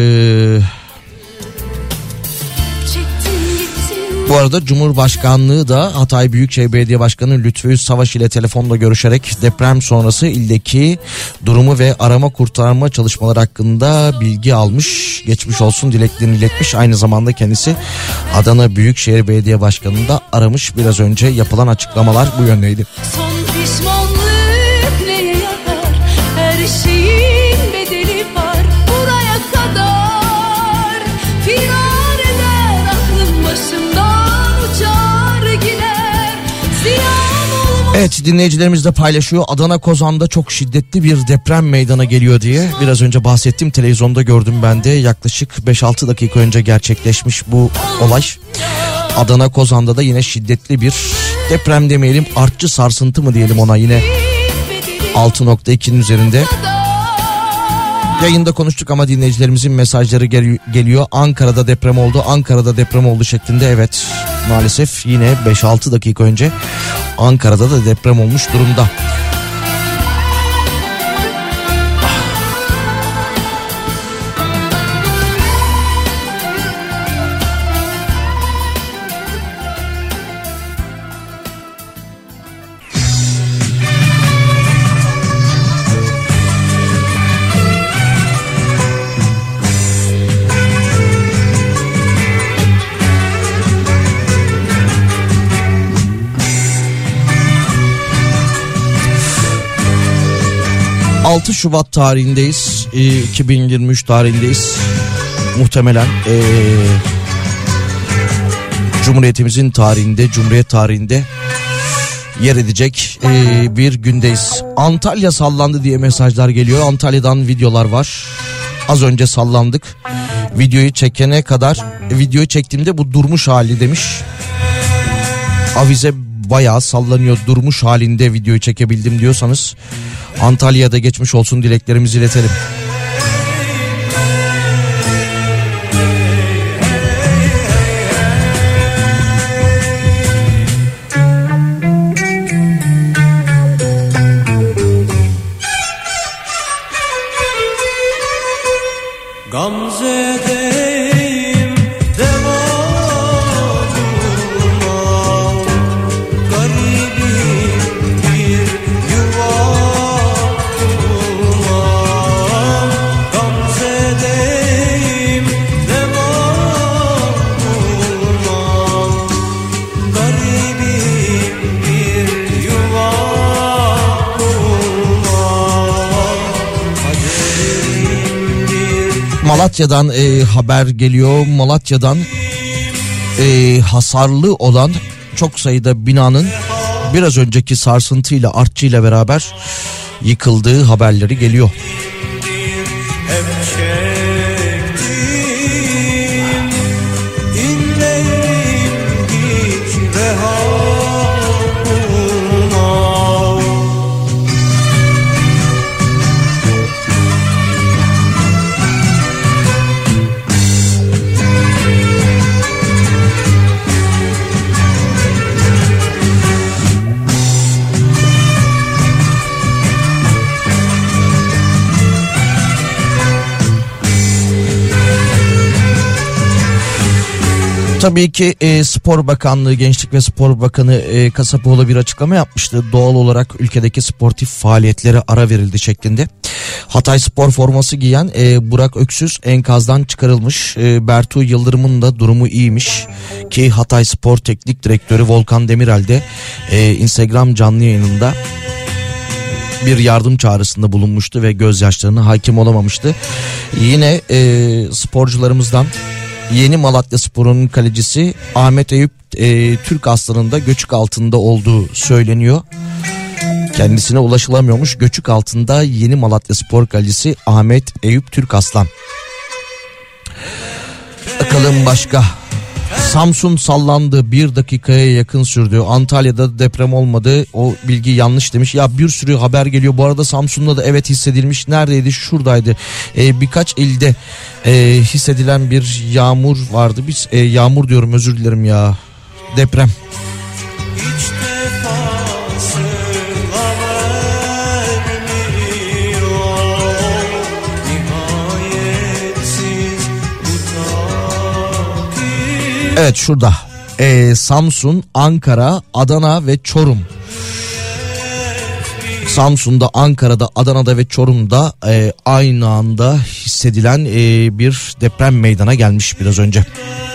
Bu arada Cumhurbaşkanlığı da Hatay Büyükşehir Belediye Başkanı Lütfü Savaş ile telefonla görüşerek deprem sonrası ildeki durumu ve arama kurtarma çalışmaları hakkında bilgi almış. Geçmiş olsun dileklerini iletmiş. Aynı zamanda kendisi Adana Büyükşehir Belediye Başkanı'nı da aramış. Biraz önce yapılan açıklamalar bu yöndeydi. Son pişmanlık neye yarar? Her şeyin bedeli var buraya kadar. Firar eder aklım başımdan uçar gider. Evet, dinleyicilerimiz de paylaşıyor. Adana Kozan'da çok şiddetli bir deprem meydana geliyor diye. Biraz önce bahsettim, televizyonda gördüm ben de. Yaklaşık 5-6 dakika önce gerçekleşmiş bu olay. Adana Kozan'da da yine şiddetli bir deprem demeyelim, artçı sarsıntı mı diyelim ona, yine 6.2'nin üzerinde. Yayında konuştuk ama dinleyicilerimizin mesajları geliyor. Ankara'da deprem oldu şeklinde. Evet, maalesef yine 5-6 dakika önce Ankara'da da deprem olmuş durumda. ...6 Şubat tarihindeyiz, 2023 tarihindeyiz. Muhtemelen Cumhuriyetimizin tarihinde, Cumhuriyet tarihinde yer edecek bir gündeyiz. Antalya sallandı diye mesajlar geliyor. Antalya'dan videolar var. Az önce sallandık. Videoyu çekene kadar videoyu çektiğimde bu durmuş hali demiş. Avize bayağı sallanıyor, durmuş halinde videoyu çekebildim diyorsanız Antalya'da geçmiş olsun dileklerimizi iletelim. Gamze'deyim devamına, garibim bir yuva bulmam. Gamze'deyim devamına, garibim bir yuva bulmam. Malatya'dan haber geliyor. Malatya'dan hasarlı olan çok sayıda binanın biraz önceki sarsıntıyla, artçıyla beraber yıkıldığı haberleri geliyor. Hep çektim, inlerim hiç reha bulmam. Tabii ki Spor Bakanlığı, Gençlik ve Spor Bakanı Kasapoğlu bir açıklama yapmıştı. Doğal olarak ülkedeki sportif faaliyetlere ara verildi şeklinde. Hatay Spor forması giyen Burak Öksüz enkazdan çıkarılmış. Bertu Yıldırım'ın da durumu iyiymiş ki Hatay Spor Teknik Direktörü Volkan Demirel de Instagram canlı yayınında bir yardım çağrısında bulunmuştu ve gözyaşlarına hakim olamamıştı. Yine sporcularımızdan Yeni Malatyaspor'un kalecisi Ahmet Eyüp Türk Aslan'ın da göçük altında olduğu söyleniyor. Kendisine ulaşılamıyormuş. Göçük altında Yeni Malatyaspor kalecisi Ahmet Eyüp Türk Aslan. Bakalım başka. Samsun sallandı, 1 dakikaya yakın sürdü. Antalya'da deprem olmadı, o bilgi yanlış demiş. Ya bir sürü haber geliyor. Bu arada Samsun'da da evet hissedilmiş. Neredeydi? Şuradaydı. Birkaç ilde hissedilen bir yağmur vardı. Biz yağmur diyorum, özür dilerim ya. Deprem. Evet şurada Samsun, Ankara, Adana ve Çorum. Samsun'da, Ankara'da, Adana'da ve Çorum'da aynı anda hissedilen bir deprem meydana gelmiş biraz önce.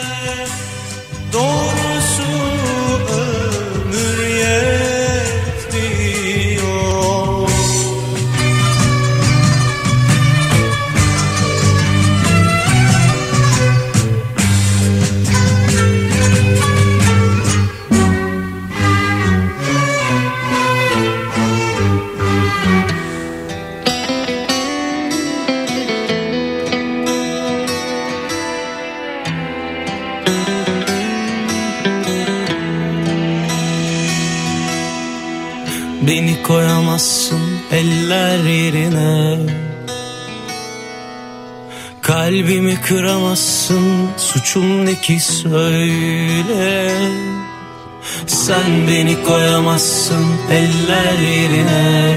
Beni koyamazsın eller yerine, kalbimi kıramazsın, suçum ne ki söyle. Sen beni koyamazsın eller yerine,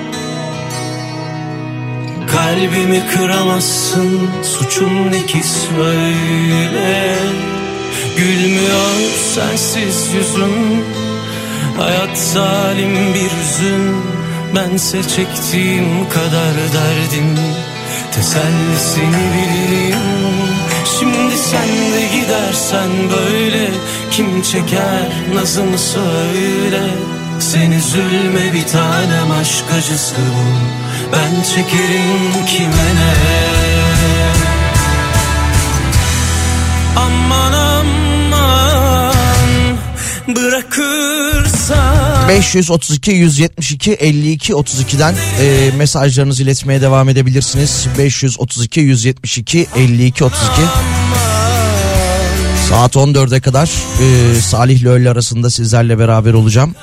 kalbimi kıramazsın, suçum ne ki söyle. Gülmüyor sensiz yüzüm, hayat zalim bir hüzün. Bense çektiğim kadar derdim, tesellisini bilirim. Şimdi sen de gidersen böyle, kim çeker nazımı söyle. Sen üzülme bir tanem, aşk acısı bu, ben çekerim kime ne. Aman aman, bırakırsan 532 172 52 32'den mesajlarınızı iletmeye devam edebilirsiniz. 532 172 52 32. Saat 14'e kadar Salih ile öğle arasında sizlerle beraber olacağım.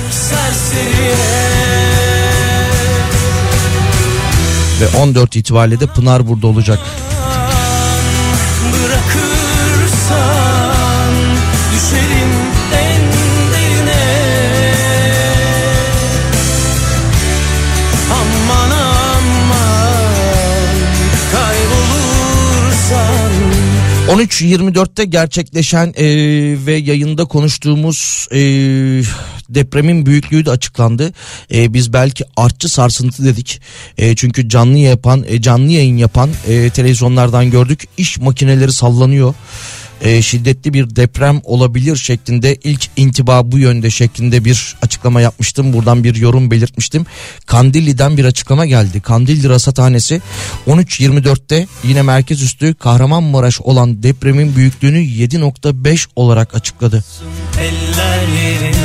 Ve 14 itibariyle de Pınar burada olacak. Bırakırsan düşerim en derine. Aman aman kaybolursan. 13.24'te gerçekleşen ve yayında konuştuğumuz depremin büyüklüğü de açıklandı. Biz belki artçı sarsıntı dedik. Çünkü canlı yayın yapan televizyonlardan gördük. İş makineleri sallanıyor. Şiddetli bir deprem olabilir şeklinde, ilk intiba bu yönde şeklinde bir açıklama yapmıştım. Buradan bir yorum belirtmiştim. Kandilli'den bir açıklama geldi. Kandilli Rasathanesi 13.24'te yine merkez üstü Kahramanmaraş olan depremin büyüklüğünü 7.5 olarak açıkladı. Eller yerine,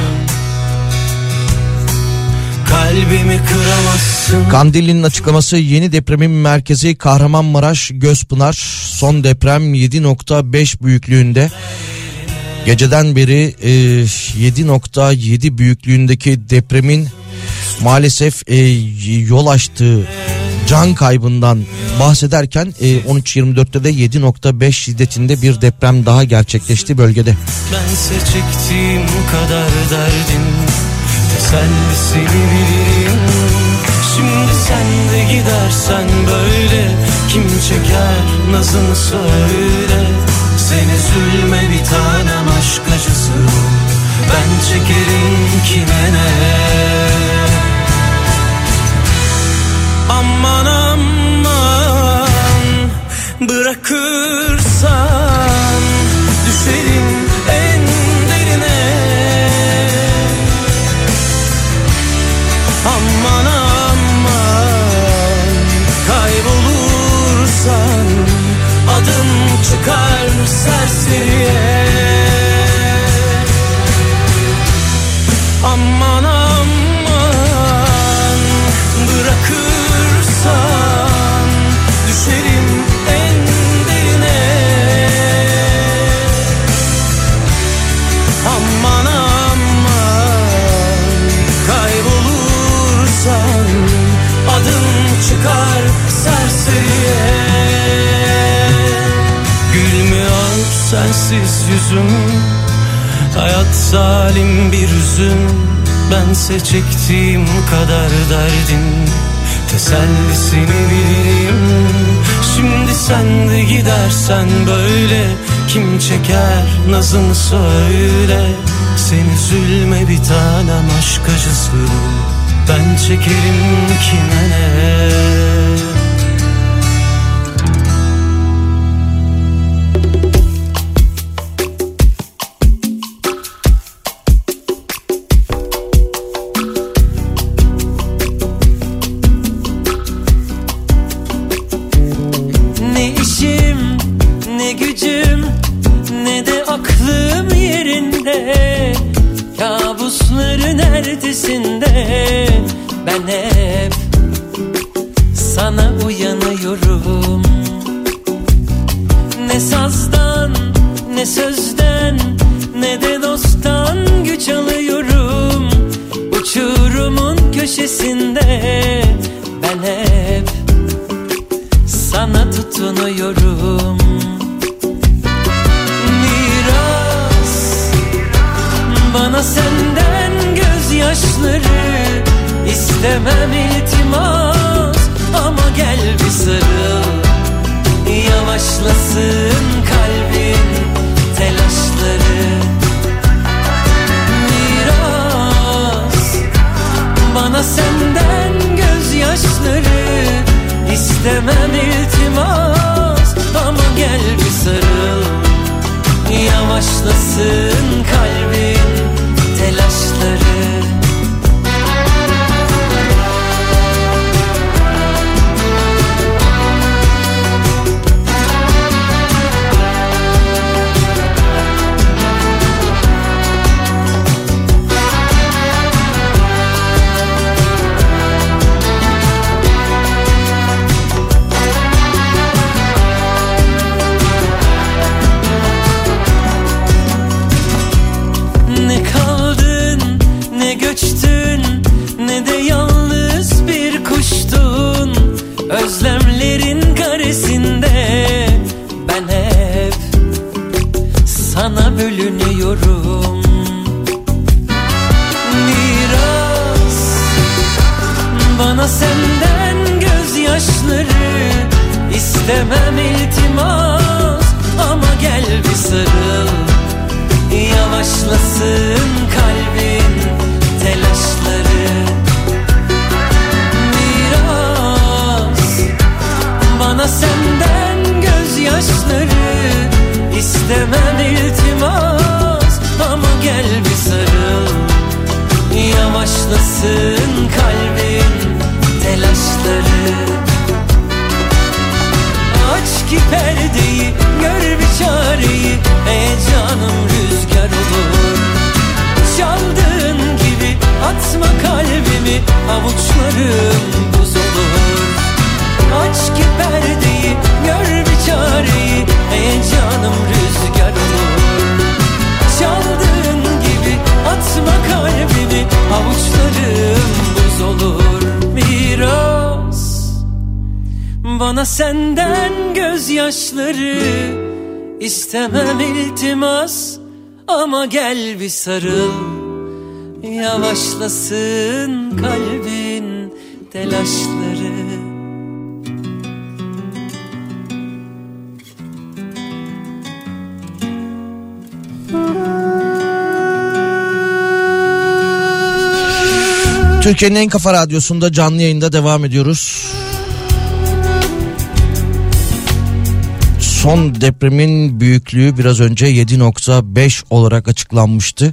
kalbimi kıramazsın. Kandilli'nin açıklaması: yeni depremin merkezi Kahramanmaraş Gözpınar, son deprem 7.5 büyüklüğünde. Geceden beri 7.7 büyüklüğündeki depremin maalesef yol açtığı can kaybından bahsederken 13.24'te de 7.5 şiddetinde bir deprem daha gerçekleşti bölgede. Bense çektiğim kadar derdim, tesellisini bilirim. Şimdi sen de gidersen böyle kim çeker nazını söyle. Sen üzülme bir tanem, aşk acısı ben çekerim kime ne. Aman aman bırakırsan düşerim en derine. Aman aman kaybolursan adım çıkar serseriye. Aman aman bırakırsan düşerim en derine. Aman aman kaybolursan adım çıkar serseriye. Gülmüyor sensiz yüzüm, hayat zalim bir hüzün. Bense çektiğim kadar derdim, tesellisini bilirim. Şimdi sen de gidersen böyle kim çeker nazını söyle. Sen üzülme bir tanem, aşk acısı ben çekerim kime ne. Ne işim, ne gücüm, ne de aklım yerinde. Kabusların ertesinde ben hep sana uyanıyorum. Ne sazdan, ne sözden, ne de dosttan güç alıyorum. Uçurumun köşesinde ben hep sana tutunuyorum. Miras bana senden gözyaşları, istemem iltimas ama gel bir sarıl. Yavaşlasın kalbin telaşları. Miras bana senden gözyaşları, istemem iltimas ama gel bir sarıl. Yavaşlasın kalbin telaşları. bölünüyorum. Biraz bana senden gözyaşları, istemem iltimas ama gel bir sarıl. Yavaşlasın kalbin telaşları. Biraz bana senden gözyaşları, istemem iltimas ama gel bir sarıl. Yavaşlasın kalbin telaşları. Aç ki perdeyi, gör bir çareyi, heyecanım rüzgar olur. Çaldığın gibi atma kalbimi, avuçlarım buz olur. Aç ki perdeyi, gör bir çareyi, heyecanım rüzgar olur. Çaldığın gibi atma kalbimi, avuçlarım buz olur. Biraz bana senden gözyaşları, istemem iltimas ama gel bir sarıl. Yavaşlasın kalbin telaşları. Türkiye'nin en kafa radyosunda canlı yayında devam ediyoruz. Son depremin büyüklüğü biraz önce 7.5 olarak açıklanmıştı.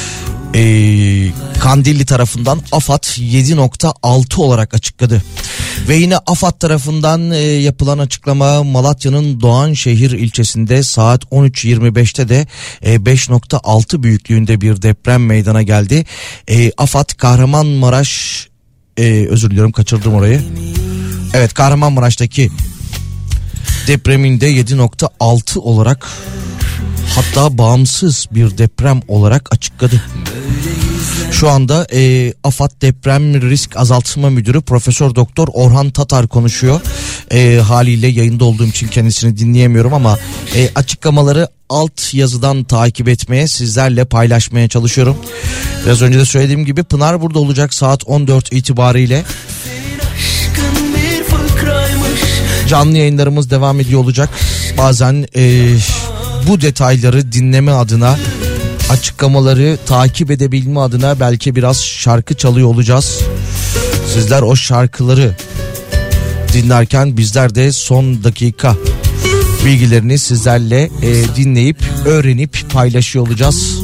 Kandilli tarafından AFAD 7.6 olarak açıkladı. Ve yine AFAD tarafından yapılan açıklama, Malatya'nın Doğanşehir ilçesinde saat 13.25'te de 5.6 büyüklüğünde bir deprem meydana geldi. AFAD Kahramanmaraş, özür diliyorum kaçırdım orayı. Evet, Kahramanmaraş'taki depreminde 7.6 olarak, hatta bağımsız bir deprem olarak açıkladı. Şu anda AFAD Deprem Risk Azaltma Müdürü Profesör Doktor Orhan Tatar konuşuyor. Haliyle yayında olduğum için kendisini dinleyemiyorum ama açıklamaları alt yazıdan takip etmeye, sizlerle paylaşmaya çalışıyorum. Biraz önce de söylediğim gibi Pınar burada olacak saat 14 itibariyle. Canlı yayınlarımız devam ediyor olacak. Bazen bu detayları dinleme adına, açıklamaları takip edebilme adına belki biraz şarkı çalıyor olacağız. Sizler o şarkıları dinlerken bizler de son dakika bilgilerini sizlerle dinleyip, öğrenip paylaşıyor olacağız.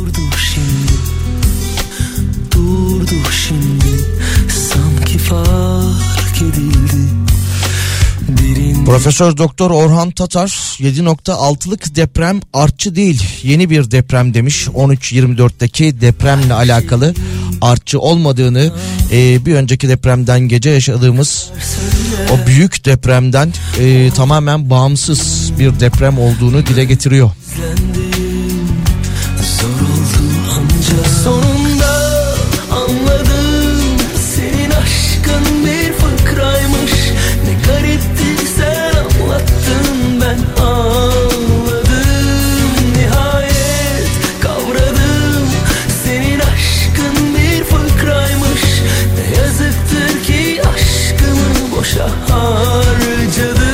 Durdu şimdi sanki fark edildi. Profesör Doktor Orhan Tatar 7.6'lık deprem artçı değil, yeni bir deprem demiş. 13.24'teki depremle alakalı artçı olmadığını, bir önceki depremden, gece yaşadığımız o büyük depremden tamamen bağımsız bir deprem olduğunu dile getiriyor. Sonunda anladım, senin aşkın bir fıkraymış. Ne garipti sen anlattın, ben ağladım. Nihayet kavradım, senin aşkın bir fıkraymış. Ne yazıktır ki aşkımı boşa harcadım.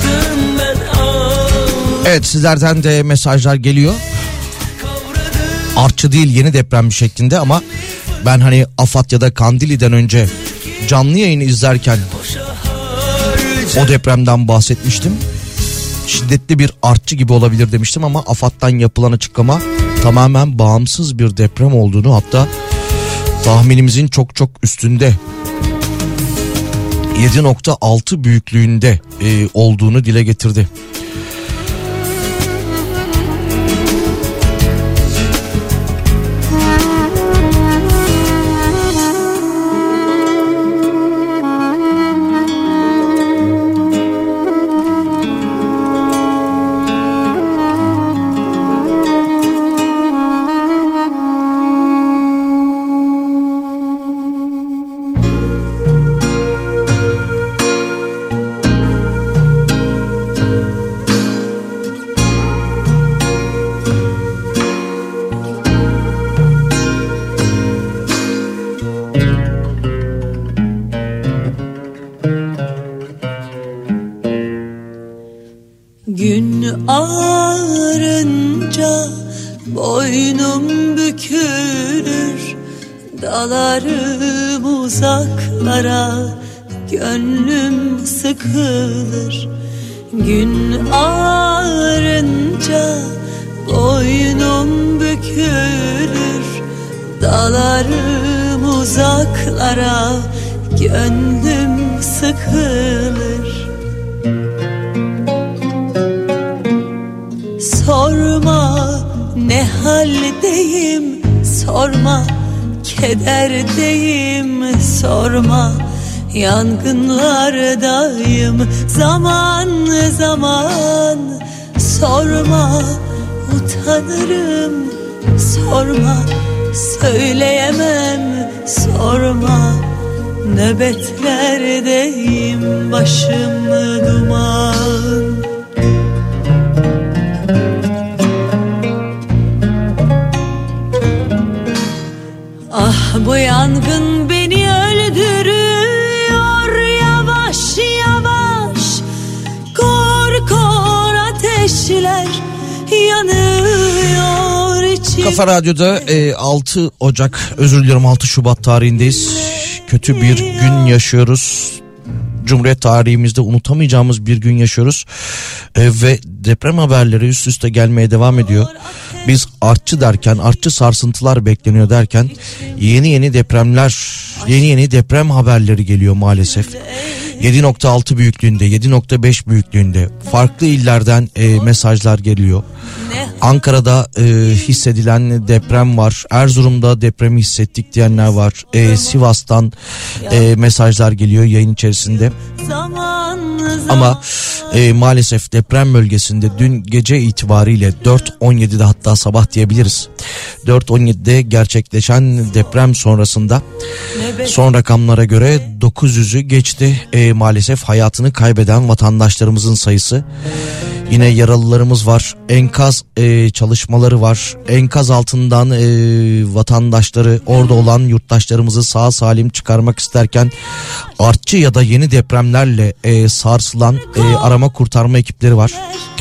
Evet, sizlerden de mesajlar geliyor. artçı değil yeni deprem şeklinde ama ben hani AFAD ya da Kandili'den önce canlı yayını izlerken o depremden bahsetmiştim. Şiddetli bir artçı gibi olabilir demiştim ama AFAD'dan yapılan açıklama tamamen bağımsız bir deprem olduğunu, hatta tahminimizin çok çok üstünde 7.6 büyüklüğünde olduğunu dile getirdi. Gün ağarınca boynum bükülür, dalarım uzaklara, gönlüm sıkılır. Gün ağarınca boynum bükülür, dalarım uzaklara, gönlüm sıkılır. Sorma ne haldeyim, sorma kederdeyim, sorma yangınlardayım. Zaman zaman sorma, utanırım, sorma söyleyemem, sorma nöbetlerdeyim, başım duman. Ah bu yangın beni öldürüyor, yavaş yavaş kor kor ateşler yanıyor içim. Kafa Radyo'da 6 Ocak, özür diliyorum 6 Şubat tarihindeyiz. Kötü bir gün yaşıyoruz. Cumhuriyet tarihimizde unutamayacağımız bir gün yaşıyoruz. Ve deprem haberleri üst üste gelmeye devam ediyor. Biz artçı derken, artçı sarsıntılar bekleniyor derken yeni depremler, yeni deprem haberleri geliyor maalesef. 7.6 büyüklüğünde, 7.5 büyüklüğünde farklı illerden mesajlar geliyor. Ankara'da hissedilen deprem var. Erzurum'da depremi hissettik diyenler var. Sivas'tan mesajlar geliyor yayın içerisinde. Ama maalesef deprem bölgesinde dün gece itibariyle 4.17'de, hatta sabah diyebiliriz, 4.17'de gerçekleşen deprem sonrasında son rakamlara göre 900'ü geçti. Maalesef hayatını kaybeden vatandaşlarımızın sayısı. Yine yaralılarımız var. Enkaz çalışmaları var. Enkaz altından vatandaşları, orada olan yurttaşlarımızı sağ salim çıkarmak isterken artçı ya da yeni depremlerle sarsılan arama kurtarma ekipleri var.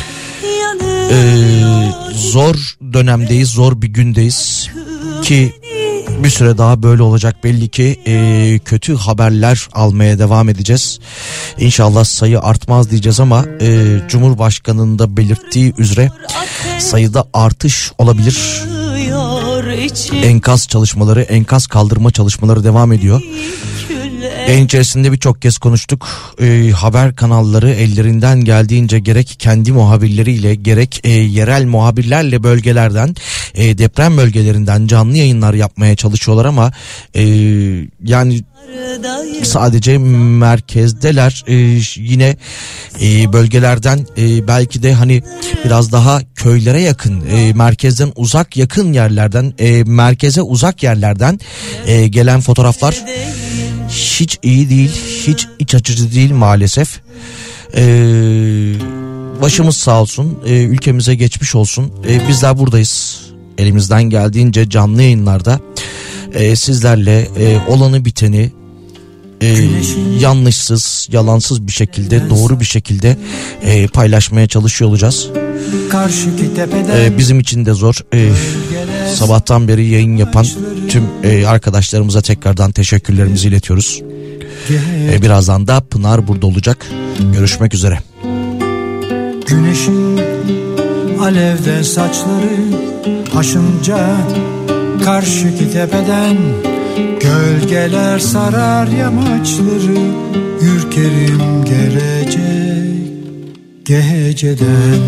Zor dönemdeyiz, zor bir gündeyiz ki bir süre daha böyle olacak belli ki. Kötü haberler almaya devam edeceğiz. İnşallah sayı artmaz diyeceğiz ama Cumhurbaşkanı'nın da belirttiği üzere sayıda artış olabilir. Enkaz çalışmaları, enkaz kaldırma çalışmaları devam ediyor. Yayın içerisinde birçok kez konuştuk. Haber kanalları ellerinden geldiğince gerek kendi muhabirleriyle gerek yerel muhabirlerle bölgelerden, deprem bölgelerinden canlı yayınlar yapmaya çalışıyorlar ama yani sadece merkezdeler. Yine bölgelerden belki de hani biraz daha köylere yakın, merkezden uzak yakın yerlerden, merkeze uzak yerlerden gelen fotoğraflar hiç iyi değil, hiç iç açıcı değil maalesef. Başımız sağ olsun, ülkemize geçmiş olsun. Bizler buradayız. Elimizden geldiğince canlı yayınlarda sizlerle olanı biteni yanlışsız, yalansız bir şekilde, doğru bir şekilde paylaşmaya çalışıyor olacağız. Bizim için de zor. Sabahtan beri yayın yapan tüm arkadaşlarımıza tekrardan teşekkürlerimizi iletiyoruz. Birazdan da Pınar burada olacak. Görüşmek üzere. Güneşin alevden saçları aşınca karşıki tepeden gölgeler sarar yamaçları, ürkerim gelecek geceden.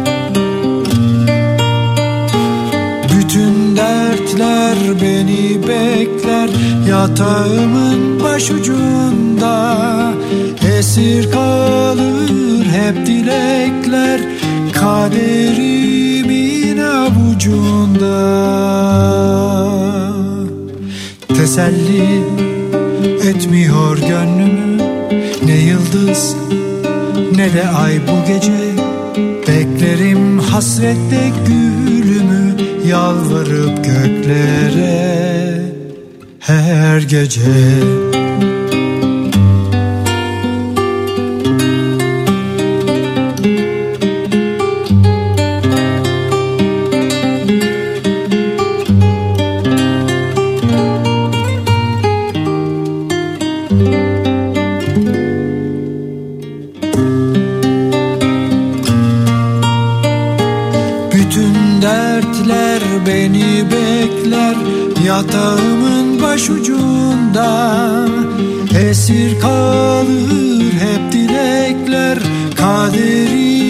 Bütün dertler beni bekler yatağımın başucunda, esir kalır hep dilekler kaderimin avucunda. Teselli etmiyor gönlümü ne yıldız ne de ay bu gece, beklerim hasretle gülümü yalvarıp göklere her gece. Beni bekler yatağımın başucunda, esir kalır hep dilekler kaderi